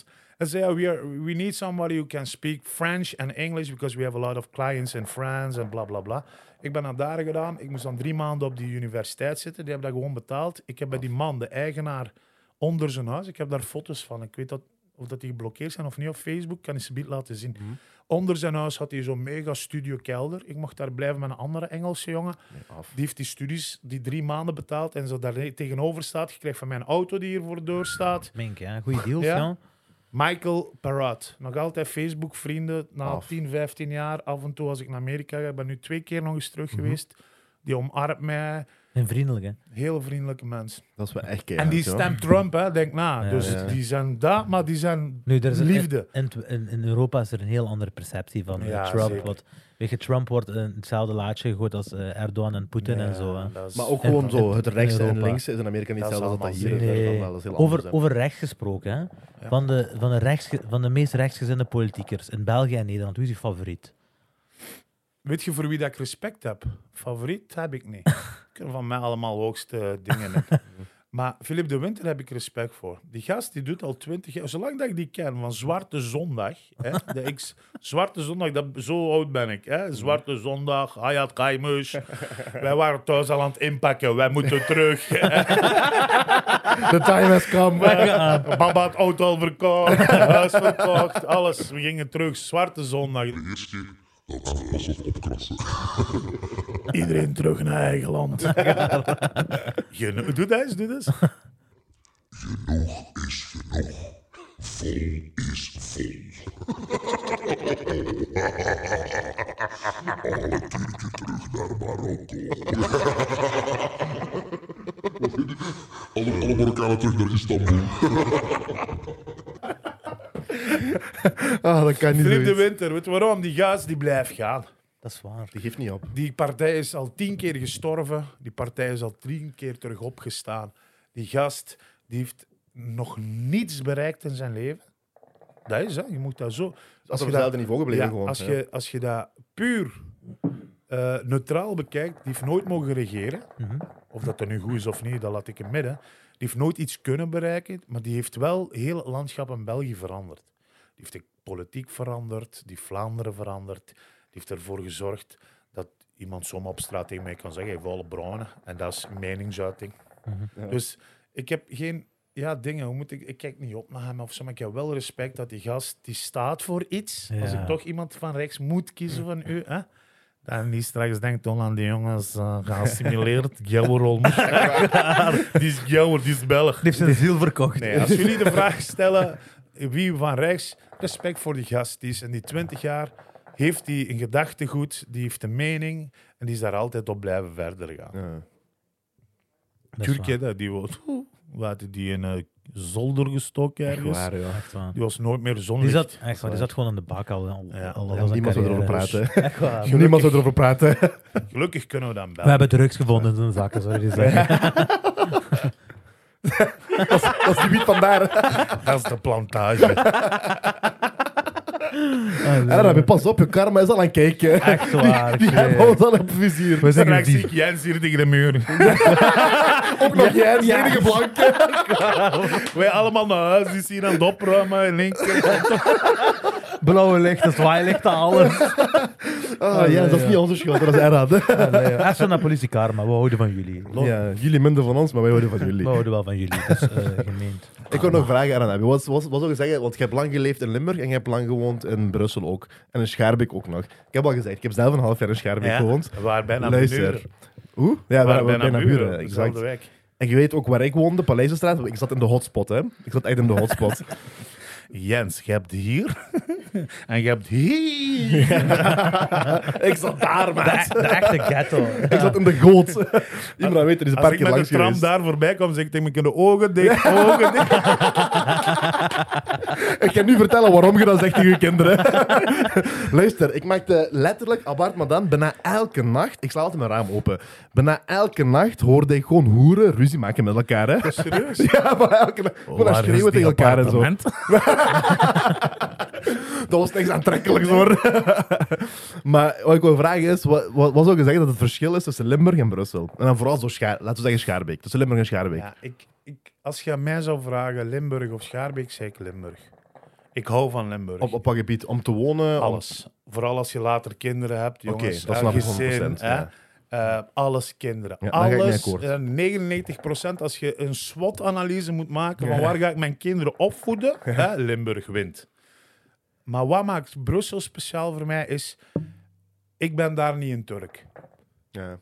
I say, we need somebody who can speak French and English because we have a lot of clients in France en bla bla bla. Ik ben naar daar gedaan. Ik moest dan 3 maanden op die universiteit zitten. Die hebben dat gewoon betaald. Ik heb bij die man, de eigenaar, onder zijn huis. Ik heb daar foto's van. Ik weet of dat die geblokkeerd zijn of niet op Facebook. Kan ik ze bied laten zien. Onder zijn huis had hij zo'n mega studio kelder. Ik mocht daar blijven met een andere Engelse jongen. Die heeft die studies die 3 maanden betaald. En zo daar tegenover staat. Je krijgt van mijn auto die hier voor de deur staat. Mink, ja. Goeie deals, Ja. ja. Michael Parrot. Nog altijd Facebook-vrienden. Na 10, 15 jaar. Af en toe als ik naar Amerika ga. Ik ben nu 2 keer nog eens terug geweest. Die omarmt mij. En vriendelijk, hè. Heel vriendelijke mens. Dat is wel echt En keihard, die joh. stemt Trump, hè. Denk na. Ja, Dus ja. die zijn dat, maar die zijn Nu, er is liefde. In Europa is er een heel andere perceptie van Ja, Trump. zeker. Wat, weet je, Trump wordt hetzelfde laadje gegooid als Erdogan en Poetin en zo. Hè. dat is- Maar ook En- gewoon zo, het rechtse en Europa. linkse is in Amerika niet Dat is hetzelfde als dat allemaal hier is. Nee. Dat is heel anders, hè. Over rechts gesproken, hè. Ja. Van de meest rechtsgezinde politiekers in België en Nederland, wie is je favoriet? Weet je voor wie dat ik respect heb? Favoriet heb ik niet. Kunnen van mij allemaal hoogste dingen hebben. Maar Philip de Winter heb ik respect voor. Die gast die doet al 20 jaar, zolang dat ik die ken, van Zwarte Zondag. Hè, Zwarte Zondag, zo oud ben ik. Hè, Zwarte Zondag, Hayat Kaimus. Wij waren thuis al aan het inpakken, wij moeten terug. The time has come. Baba had auto al verkocht, huis verkocht, alles. We gingen terug, Zwarte Zondag. De eerste keer, dat was de pas op opkrassen. Iedereen terug naar eigen land. Doe dat eens, doe dat eens. Genoeg is genoeg. Vol is vol. Alle Turken terug naar Marokko. Alle Marokkanen terug naar Istanbul. Dat kan niet Philip de zo. Winter, weet je waarom? Die gast die blijft gaan. Dat is waar. Die geeft niet op. Die partij is al 10 keer gestorven. Die partij is al 10 keer terug opgestaan. Die gast die heeft nog niets bereikt in zijn leven. Dat is, hè. Je moet dat zo... Als we je op hetzelfde niveau gebleven ja, gewoon. als je dat puur neutraal bekijkt, die heeft nooit mogen regeren. Of dat er nu goed is of niet, dat laat ik in midden. Die heeft nooit iets kunnen bereiken, maar die heeft wel heel het landschap in België veranderd. Die heeft de politiek veranderd, die Vlaanderen veranderd. Die heeft ervoor gezorgd dat iemand zomaar op straat tegen mij kan zeggen, hij heeft alle bruinen. En dat is meningsuiting. Ja. Dus ik heb geen... Ja, dingen, hoe moet ik kijk niet op naar hem of zo, maar ik heb wel respect dat die gast, die staat voor iets. Als Ja. ik toch iemand van rechts moet kiezen van u, hè, dan niet straks denkt aan die jongens geassimileerd, Gelderol. Die is Gelder, die is Belg. Die heeft zijn ziel verkocht. Nee, als jullie de vraag stellen, wie van rechts, respect voor die gast. Die is in die 20 jaar, heeft hij een gedachtegoed, die heeft een mening en die is daar altijd op blijven verder gaan. Ja. Dat is Turkije, dat die wordt... Waar had die in een zolder gestoken Echt ergens? waar, ja. waar, echt waar. Die was nooit meer Die zonlicht. zat, echt waar, die zat gewoon in de bak al. Ja. al Ja, zijn niemand zou erover carrière. praten. Echt waar. Niemand zou erover praten. Gelukkig kunnen we dan We bellen. hebben drugs gevonden in zijn zakken, zou je zeggen. Dat is die wiet vandaar. Dat is de plantage. En dan heb je pas op, je karma is al aan het kijken. Echt waar. Die hebben ons al op vizier. We zijn Straks hier zie ik Jens hier tegen de muur. Ook nog jij, de enige blanke. Wij allemaal naar huis, die is hier aan het opruimen. Links. blauwe lichten, zwaailichten, alles. Ja, dat is niet onze schuld, dat is Erad. Echt zo naar politie maar we houden van jullie. Ja, jullie minder van ons, maar wij houden van We jullie. houden wel van jullie, dus gemeend. Ik wil nog vragen, Erad. Wat zou je zeggen? Want je hebt lang geleefd in Limburg en je hebt lang gewoond in Brussel ook. En in Schaerbeek ook nog. Ik heb al gezegd, ik heb zelf een half jaar in Schaerbeek gewoond. Waar bijna Luister. buren. Hoe? Ja, Waar we bijna buren. Exact. Exact. Wijk. En je weet ook waar ik woonde, Paleizenstraat. Ik zat in de hotspot, hè. Ik zat echt in de hotspot. Jens, je hebt hier. En je hebt hier. Ik zat daar, maat. De echte ghetto. Ik zat in de goot. Iemand weet, er is een Als paar ik keer met langs de tram geweest. daar voorbij kom, zeg ik tegen mijn ogen dicht, ogen dicht. Ik ga nu vertellen waarom je dat zegt tegen je kinderen. Luister, ik maakte letterlijk, apart maar dan, bijna elke nacht, ik sla altijd mijn raam open, bijna elke nacht hoorde ik gewoon hoeren ruzie maken met elkaar. Hè? Serieus? Ja, maar elke nacht. Gewoon dat schreeuwen tegen elkaar en zo. Dat was niks aantrekkelijks hoor. Maar wat ik wil vragen is, wat zou je zeggen dat het verschil is tussen Limburg en Brussel? En dan vooral zo laten we zeggen Schaerbeek. Tussen Limburg en Schaerbeek. Ja, als je aan mij zou vragen, Limburg of Schaerbeek, zeg ik Limburg. Ik hou van Limburg. Op wat gebied? Om te wonen? Alles. Vooral als je later kinderen hebt, jongens. dat snap ik gezin, 100%. hè. Ja. Alles kinderen. Ja, daar ga ik mee alles. akkoord. 99% als je een SWOT-analyse moet maken van waar ga ik mijn kinderen opvoeden, hè, Limburg wint. Maar wat maakt Brussel speciaal voor mij is, ik ben daar niet een Turk. Ja.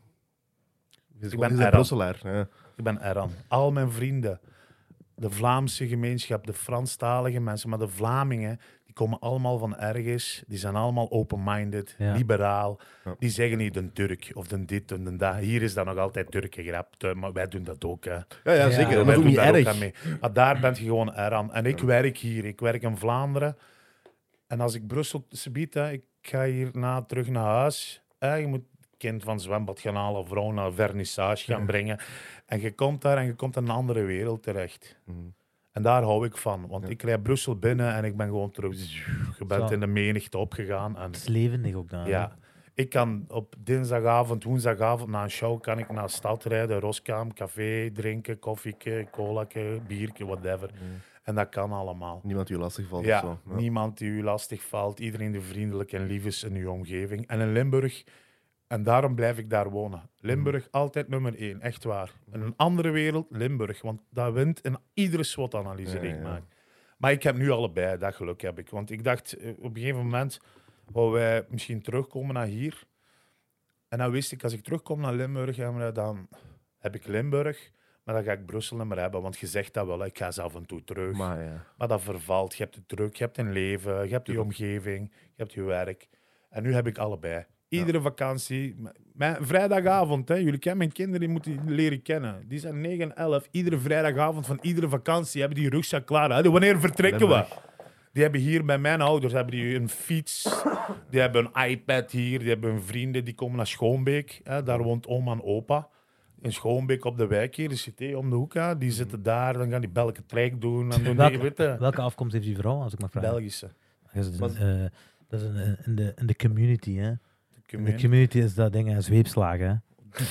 Je ben bent een Arab. Brusselaar. Ja. Ik ben Eran. Al mijn vrienden, de Vlaamse gemeenschap, de Franstalige mensen, maar de Vlamingen, die komen allemaal van ergens. Die zijn allemaal open-minded, Ja. liberaal. Ja. Die zeggen niet een Turk of een dit en een dat. Hier is dat nog altijd Turkengrap, maar wij doen dat ook. Hè. Ja, zeker. Ja, Dat Wij is ook doen niet daar erg. aan mee. Maar daar ben je gewoon Eran. En ik werk hier. Ik werk in Vlaanderen. En als ik Brussel subiet, ik ga hierna terug naar huis. Je moet kind van het zwembad gaan halen, vrouw naar vernissage gaan brengen. En je komt daar en je komt in een andere wereld terecht. En daar hou ik van. Want ik rijd Brussel binnen en ik ben gewoon terug. Je bent Zo. in de menigte opgegaan. En Het is levendig ook daar. ja, ik kan op dinsdagavond, woensdagavond na een show kan ik naar de stad rijden, Roskam, café, drinken, koffieke, colaatje, biertje, whatever. En dat kan allemaal. Niemand die je lastig valt Ja, of zo. Ja. niemand die u lastig valt. Iedereen die vriendelijk en lief is in uw omgeving. En in Limburg, en daarom blijf ik daar wonen. Limburg, altijd nummer 1, echt waar. In een andere wereld, Limburg. Want dat wint in iedere SWOT-analyse die ik Ja. maak. Maar ik heb nu allebei, dat geluk heb ik. Want ik dacht, op een gegeven moment wou wij misschien terugkomen naar hier. En dan wist ik, als ik terugkom naar Limburg, dan heb ik Limburg. Maar dan ga ik Brussel niet meer hebben, want je zegt dat wel, hè, ik ga ze af en toe terug. Maar ja. Maar dat vervalt. Je hebt het druk, je hebt een leven, je hebt je omgeving, je hebt je werk. En nu heb ik allebei. Iedere vakantie. Mijn vrijdagavond, hè, jullie kennen mijn kinderen, die moeten die leren kennen. Die zijn 9 en 11. Iedere vrijdagavond van iedere vakantie hebben die rugzak klaar. Hè. Wanneer vertrekken we? Die hebben hier bij mijn ouders hebben die een fiets, die hebben een iPad hier, die hebben hun vrienden, die komen naar Schoonbeek. Hè. Daar woont oma en opa. In Schoonbeek op de wijk hier, de cité om de hoek. Hè. Die zitten daar, dan gaan die Belke trek doen. Dan doen die, weet je, Welke afkomst heeft die vrouw, als ik mag vragen? Belgische. Dat is, dat is in de community, hè. In de Community. community is dat ding een zweepslagen, hè.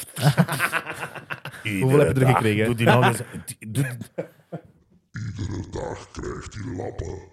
Hoeveel heb je er gekregen? Doe die nou eens. Iedere dag krijgt hij lappen.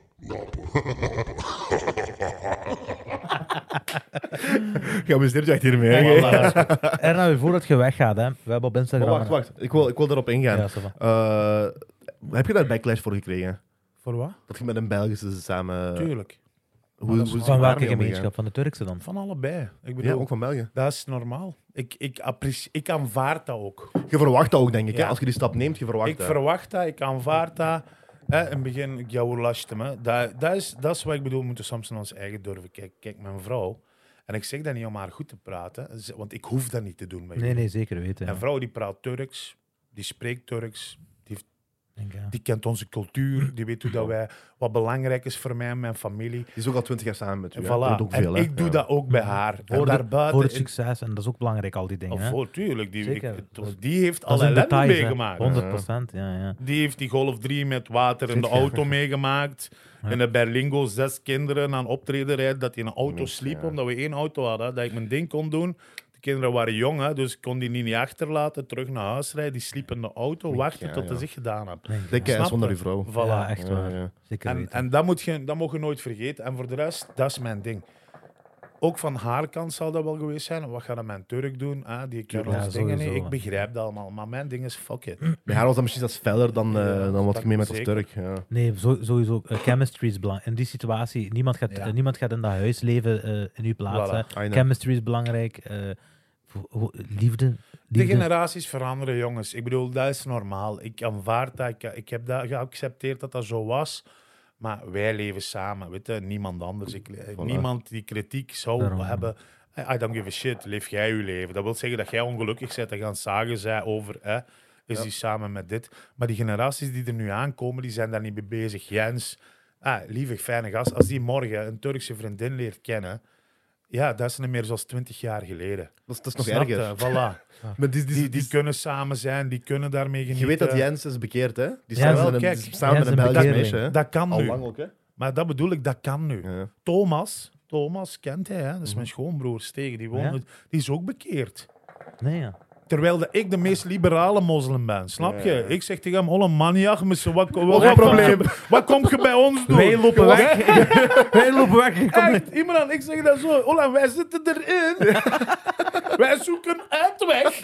Geamuseerd je echt hiermee. Hè? Erna, voordat je weggaat, hè. We hebben op Instagram... Maar wacht. Ik wil daarop ingaan. Ja, ça va. Heb je daar backlash voor gekregen? Voor wat? Dat je met een Belgische samen... Tuurlijk. Hoe is het Van welke daarmee gemeenschap? Van de Turkse dan? Van allebei. Ik omgegaan? bedoel, Ja, ook van België. dat is normaal. Ik aanvaard dat ook. Je verwacht dat ook, denk ik. Hè? Ja. Als je die stap neemt, je verwacht Ik dat. verwacht dat, ik aanvaard dat. In het begin, ik jou lastte me. Dat is wat ik bedoel, we moeten soms naar ons eigen durven kijken. Kijk, mijn vrouw, en ik zeg dat niet om haar goed te praten, want ik hoef dat niet te doen. Bij Nee, jullie. nee, zeker weten. Een Ja. vrouw die praat Turks, die spreekt Turks, Denk, ja. die kent onze cultuur, die weet hoe dat wij, wat belangrijk is voor mij en mijn familie. Die is ook al 20 jaar samen met u. En hè? Dat voilà. doet ook veel, En hè? ik doe Ja. dat ook bij haar. En Voor, daarbuiten... voor het succes, en dat is ook belangrijk, al die dingen. hè. Voor, tuurlijk. Zeker. Die heeft Dat al is een ellende detail, meegemaakt. 100%, ja. Die heeft die Golf 3 met water in de auto meegemaakt. Ja. In de Berlingo 6 kinderen aan optreden rijden. Dat die in een auto Mensen, sliep, ja. omdat we 1 auto hadden. Dat ik mijn ding kon doen. De kinderen waren jong, hè, dus ik kon die niet achterlaten. Terug naar huis rijden. Die sliepen in de auto. Wachten Ja, tot ja. ze zich gedaan hebben. Denk, Dikke ja. en Snap zonder je? uw vrouw. Voilà. Ja, echt waar. Ja. Zeker En, weten. en dat moet je nooit vergeten. En voor de rest, dat is mijn ding. Ook van haar kant zal dat wel geweest zijn. Wat gaat dat mijn Turk doen? Die kan Ja, ons dingen niet. sowieso. Ik begrijp dat allemaal. Maar mijn ding is fuck it. Bij haar was dat misschien iets feller dan, Ja, dan wat dat je mee met als zeker. Turk. Ja. Nee, sowieso. Chemistry is belangrijk. In die situatie, Ja. niemand gaat in dat huis leven in uw plaats. Voilà. Hè. I know. Chemistry is belangrijk. Liefde. De liefde. generaties veranderen, jongens. Ik bedoel, dat is normaal. Ik aanvaard dat. Ik heb dat geaccepteerd dat dat zo was. Maar wij leven samen, weet je. Niemand anders. Niemand die kritiek zou Daarom. hebben. I don't give a shit. Leef jij je leven. Dat wil zeggen dat jij ongelukkig bent en gaan zagen zij over... is die samen met dit. Maar die generaties die er nu aankomen, die zijn daar niet mee bezig. Jens, lieve, fijne gast. Als die morgen een Turkse vriendin leert kennen... Ja, dat is niet meer zoals 20 jaar geleden. Dat is nog Snap je? erger. Voilà. Maar Die kunnen samen zijn, die kunnen daarmee genieten. je weet dat Jens is bekeerd, hè? Die Ja, staat wel, met kijk. een, samen Jens met een een Belgisch bekeerling. meisje, hè? Dat kan Al nu. lang ook, hè? Maar dat bedoel ik, dat kan nu. Ja. Thomas kent hij, hè? Dat is mijn schoonbroer Stegen. Die, woont, Ja? die is ook bekeerd. Nee, ja. Terwijl dat ik de meest liberale moslim ben, snap je? Ja. Ik zeg tegen hem, een maniak, wat probleem. Wat kom je bij ons doen? Wij lopen weg. Wij lopen weg. Je komt Echt, Imran, ik zeg dat zo. Ola, wij zitten erin. Wij zoeken uitweg.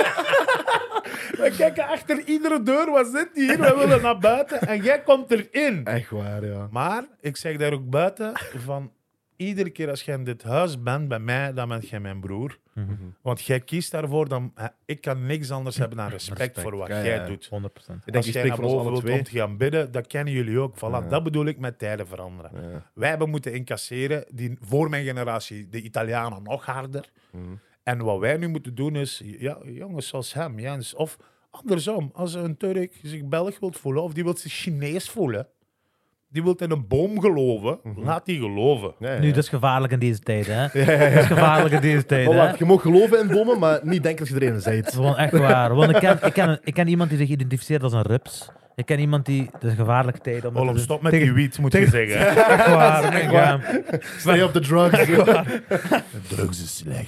Wij kijken achter iedere deur, wat zit hier? Wij willen naar buiten en jij komt erin. Echt waar, ja. Maar ik zeg daar ook buiten van... Iedere keer als jij in dit huis bent bij mij, dan ben jij mijn broer. Want jij kiest daarvoor, dan... Ik kan niks anders hebben dan respect voor wat Ja, ja. jij doet. 100%. Ik denk, Als je jij spreekt naar voor ons boven alle wilt twee. om te gaan bidden, dat kennen jullie ook. Voilà, Ja. dat bedoel ik met tijden veranderen. Ja. Wij hebben moeten incasseren, die voor mijn generatie, de Italianen nog harder. Mhm. En wat wij nu moeten doen is, ja, jongens zoals hem, Jens, of andersom, als een Turk zich Belg wilt voelen, of die wil zich Chinees voelen, die wil in een boom geloven, laat die geloven. Ja, ja. Nu, dat is gevaarlijk in deze tijd, hè? Dat is gevaarlijk in deze tijd, Maar hè? wacht, je mag geloven in bomen, maar niet denken dat je erin bent. Gewoon echt waar. Want ik ken iemand die zich identificeert als een rups. Ik ken iemand die... Dat is een gevaarlijke tijd. Omdat Olaf, het- stop met tegen- die wiet, moet je zeggen. Echt waar. Echt waar. Stay off the drugs. Drugs is slecht.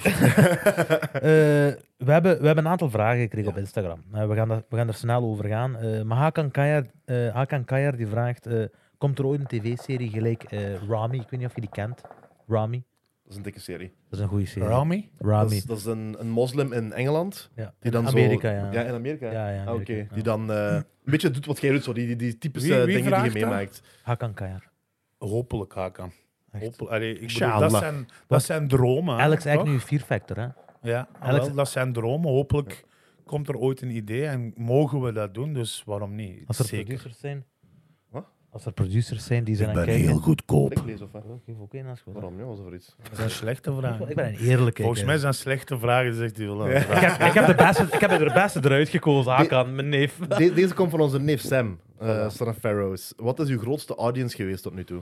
We hebben een aantal vragen gekregen op Instagram. We gaan er snel over gaan. Maar Hakan Kayar die vraagt... komt er ooit een tv-serie gelijk Rami? Ik weet niet of je die kent. Rami. Dat is een dikke serie. Dat is een goede serie. Rami? Rami. Dat is een moslim in Engeland. Ja. Die dan Amerika, zo, ja. Ja, in Amerika. Ja, ja, Ah, Amerika, oké. ja. Die dan een beetje doet wat jij doet, zo. Die typische Wie dingen die je vraagt dat? meemaakt. Hakan Kayar. Hopelijk, Hakan. Echt. Allee, ik bedoel, Inshallah. dat zijn dromen. Alex toch? eigenlijk nu Fear Factor, hè? Ja, Alex- wel, dat zijn dromen. Hopelijk komt er ooit een idee en mogen we dat doen, dus waarom niet? Als er Zeker. producers zijn... Wat? Als er producers zijn die zijn aan het kijken... goedkoop. Ik lees of wat? Geef ook één als goed. Waarom? Ja, wat is er voor iets? Dat zijn slechte vragen. Ik ben een eerlijke. Volgens mij zijn slechte vragen, zegt hij wel. Ik heb er de beste eruit gekozen, Hakan, mijn neef. Deze komt van onze neef Sam, Son of Pharaohs. Wat is uw grootste audience geweest tot nu toe?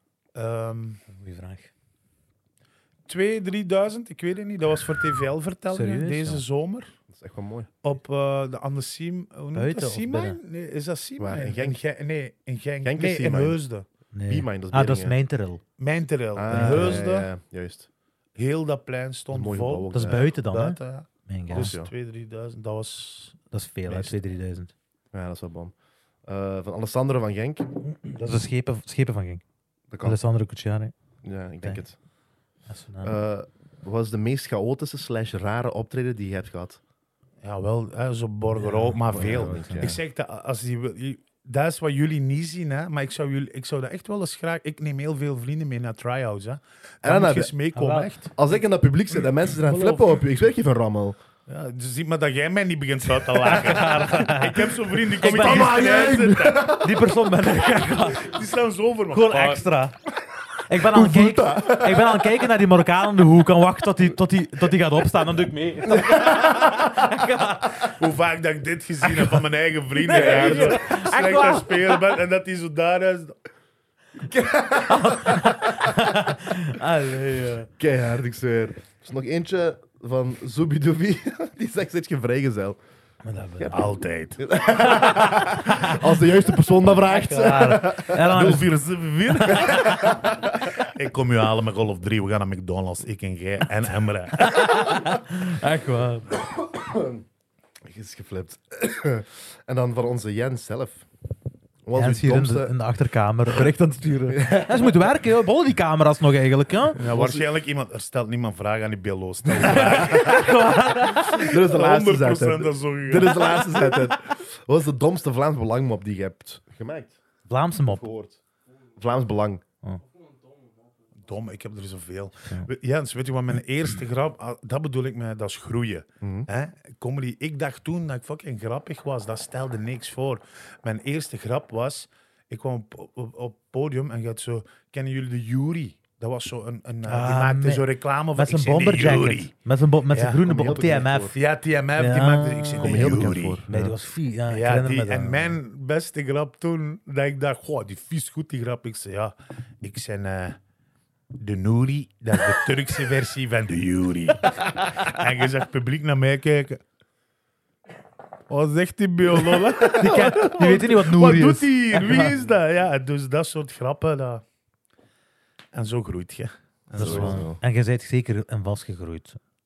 Goeie vraag. 2.000, 3.000, ik weet het niet. Dat was voor TVL verteld Serieus, deze ja. zomer. Dat is echt wel mooi. Op aan de Siem... Hoe noemt Buiten dat? of Siemijn? binnen? Nee, is dat Siemijn? Waar, in Genk? Nee, in Genk. Genk is Nee, in Siemijn. Heusden. Nee. B-Mind, dat is Dat is Beringen. Mijnteril. Mijnterel. Ah, in ja, Heusden. ja, ja, juist. Heel dat plein Dat is stond een mooi vol. gebouw ook, Dat is ja. buiten dan, hè? Buiten, ja. Mijn god. Dus ja. 2.000, 3.000. Dat was... Dat is veel, hè? meest. 2.000, 3.000. Ja, dat is wel bom. Van Alessandro van Genk. Dat is de schepen van Genk. Dat kan. Alessandro Cucciari. Ja, ik denk Ja. het. Dat is zijn naam. Wat is de meest chaotische / rare optreden die je hebt gehad? Ja, wel, hè, zo Borgeroo, Ja, maar ja, veel. ja. Ik zeg dat, als dat is wat jullie niet zien, hè, maar ik zou dat echt wel eens graag... Ik neem heel veel vrienden mee naar try-outs. Hè. En Daar dan moet je heb eens meekomen, Ah, wel. echt. Als ik in dat publiek zit en mensen zijn aan het flippen op je, ik zweer je van rammel. Ja, dus zie maar dat jij mij niet begint fout te lachen. Ik heb zo'n vriend, die komt Ik ben in Mama, die jij- zitten. Die persoon ben ik. Die staan zo voor me. Gewoon Ah, extra. Ik ben aan het kijken naar die Marokkaan in de hoek en wacht tot die gaat opstaan. Dan doe ik mee. Hoe vaak dat ik dit gezien heb van mijn eigen vrienden. Ja, zo slecht aan spelen ben en dat die zo daar is. Allee, ja. Keihard, ik zweer. Er is nog eentje van Zubidobi. Die zegt, zit je vrijgezel? Maar dat Ja. Altijd. Als de juiste persoon dat vraagt. En dan 0474. Ik kom je halen met Golf 3. We gaan naar McDonald's. Ik en jij en Emre. echt waar. Is geflipt. En dan van onze Jens zelf. Wat was Jens uw hier domste... in de achterkamer bericht aan het sturen. Ja, ze moeten werken, joh. Bollen die camera's nog eigenlijk, ja? Ja, waarschijnlijk er stelt niemand vragen aan die Bello. Stel vragen. Dit is de laatste 100% zet. dat zo gegaan. Dit is de laatste zet. Wat is de domste Vlaams Belangmop die je hebt gemaakt? Vlaamse mop. Gehoord. Vlaams Belang. Dom, ik heb er zoveel. Ja. Jens, weet je wat mijn eerste grap... Dat bedoel ik met, dat is groeien. Mhm. Hè? Comedy. Ik dacht toen dat ik fucking grappig was. Dat stelde niks voor. Mijn eerste grap was... Ik kwam op het podium en gaat zo... Kennen jullie de Jury? Dat was zo die maakte met- zo reclame van... Met zijn ik zei, de bomberjacket. Jury. Met zijn Ja, groene kom je op heel bekend TMF. voor. Ja, TMF, die Ja. maakte... Ik zei, Kom de je heel bekend Jury. voor. Nee, die was vies. Ja, ik Ja, herinner me dat. en mijn beste grap toen, dat ik dacht, goh, die vies goed, die grap. Ik zei, ja, ik ben de Nouri, dat is de Turkse versie van de Jury. En je zag het publiek naar mij kijken. Wat zegt die bioloog? Die weten niet wat Wat Nouri doet is. hij hier? Wie is dat? Ja, dus dat soort grappen. En zo groeit je. En Dat is zo wel- is het. wel. En je bent zeker en vastgegroeid.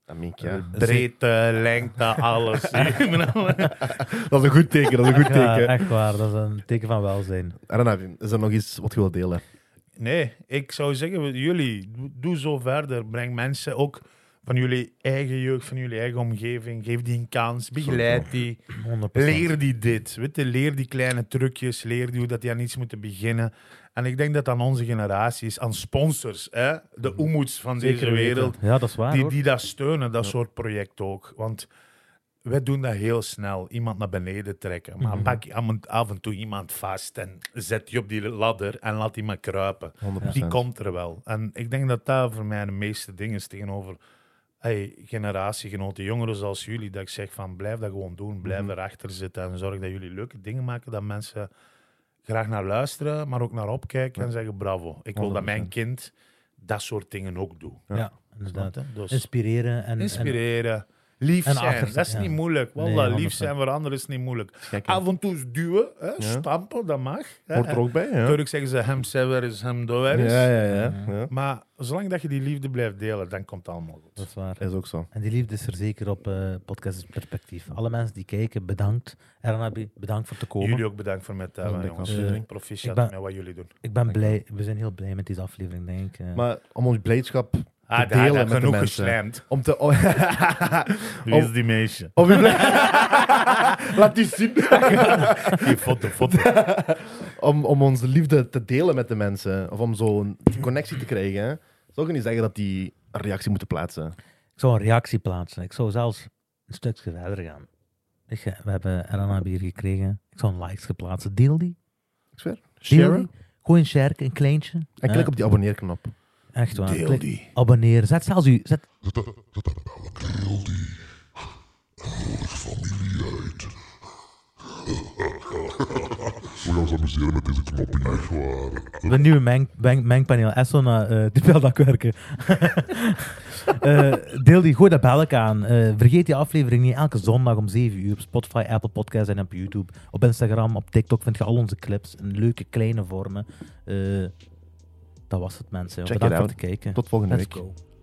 Breedte, lengte, alles. Dat is een goed teken, dat is een goed Ja, teken. echt waar. Dat is een teken van welzijn. En dan heb je, is er nog iets wat je wilt delen? Nee, ik zou zeggen, jullie, doe zo verder. Breng mensen ook van jullie eigen jeugd, van jullie eigen omgeving. Geef die een kans, begeleid die. 100%. Leer die dit. Weet je, leer die kleine trucjes, leer die hoe dat die aan iets moeten beginnen. En ik denk dat aan onze generatie is, aan sponsors, hè? De Oemoeds van deze Zeker weten. wereld, Ja, dat is waar, hoor. die dat steunen, dat soort project ook. Want wij doen dat heel snel, iemand naar beneden trekken. Maar pak je af en toe iemand vast en zet je op die ladder en laat die maar kruipen. 100%. Die komt er wel. En ik denk dat dat voor mij de meeste dingen is tegenover generatiegenoten, jongeren zoals jullie, dat ik zeg van blijf dat gewoon doen, blijf erachter zitten en zorg dat jullie leuke dingen maken, dat mensen graag naar luisteren, maar ook naar opkijken en zeggen bravo. Ik wil dat mijn kind dat soort dingen ook doet. Ja, inderdaad. Snap je? Dus Inspireren en inspireren. Lief en zijn, achter- dat is ja. niet moeilijk. Nee, Wallah, 100%. lief zijn voor anderen is niet moeilijk. Kijk, hè. Af en toe eens duwen, hè, stampen, dat mag. Hoort er ook bij, ja. Turk zeggen ze hem sever is hem doer is. Ja. Maar zolang dat je die liefde blijft delen, dan komt het allemaal goed. dat is waar. Is ook zo. En die liefde is er zeker op Podcast Perspectief. Alle mensen die kijken, bedankt. Ernabi, bedankt voor te komen. Jullie ook bedankt voor mij te hebben, een jongens. aflevering. Proficiat Ik ben- met wat jullie doen. Ik ben blij. We zijn heel blij met deze aflevering, denk ik. Maar om ons blijdschap te Daar delen heb met de genoeg mensen. geslijmd. Om te... Wie is die meisje? Om je Laat die zien. Die foto. om onze liefde te delen met de mensen. Of om zo'n connectie te krijgen. Hè. Zou je niet zeggen dat die een reactie moeten plaatsen? Ik zou een reactie plaatsen. Ik zou zelfs een stukje verder gaan. We hebben Ernabi hier gekregen. Ik zou een likes geplaatst. Deel die. Ik zweer. Deel Share. die. Gooi een share, een kleintje. En klik op die abonneerknop. Echt waar. Deel Klik- die. Abonneer. Zet zelfs u. Zet, Deel die. En nodig familie uit. We gaan ons amuseren met deze knoppie. Echt waar. de nieuwe mengpaneel. Esso naar de beeldak werken. Deel die. Gooi dat bellek aan. Vergeet die aflevering niet. Elke zondag om 7 uur op Spotify, Apple Podcasts en op YouTube. Op Instagram, op TikTok vind je al onze clips in leuke kleine vormen. Dat was het, mensen. Check Bedankt it voor out. het kijken. Tot volgende Let's week. go.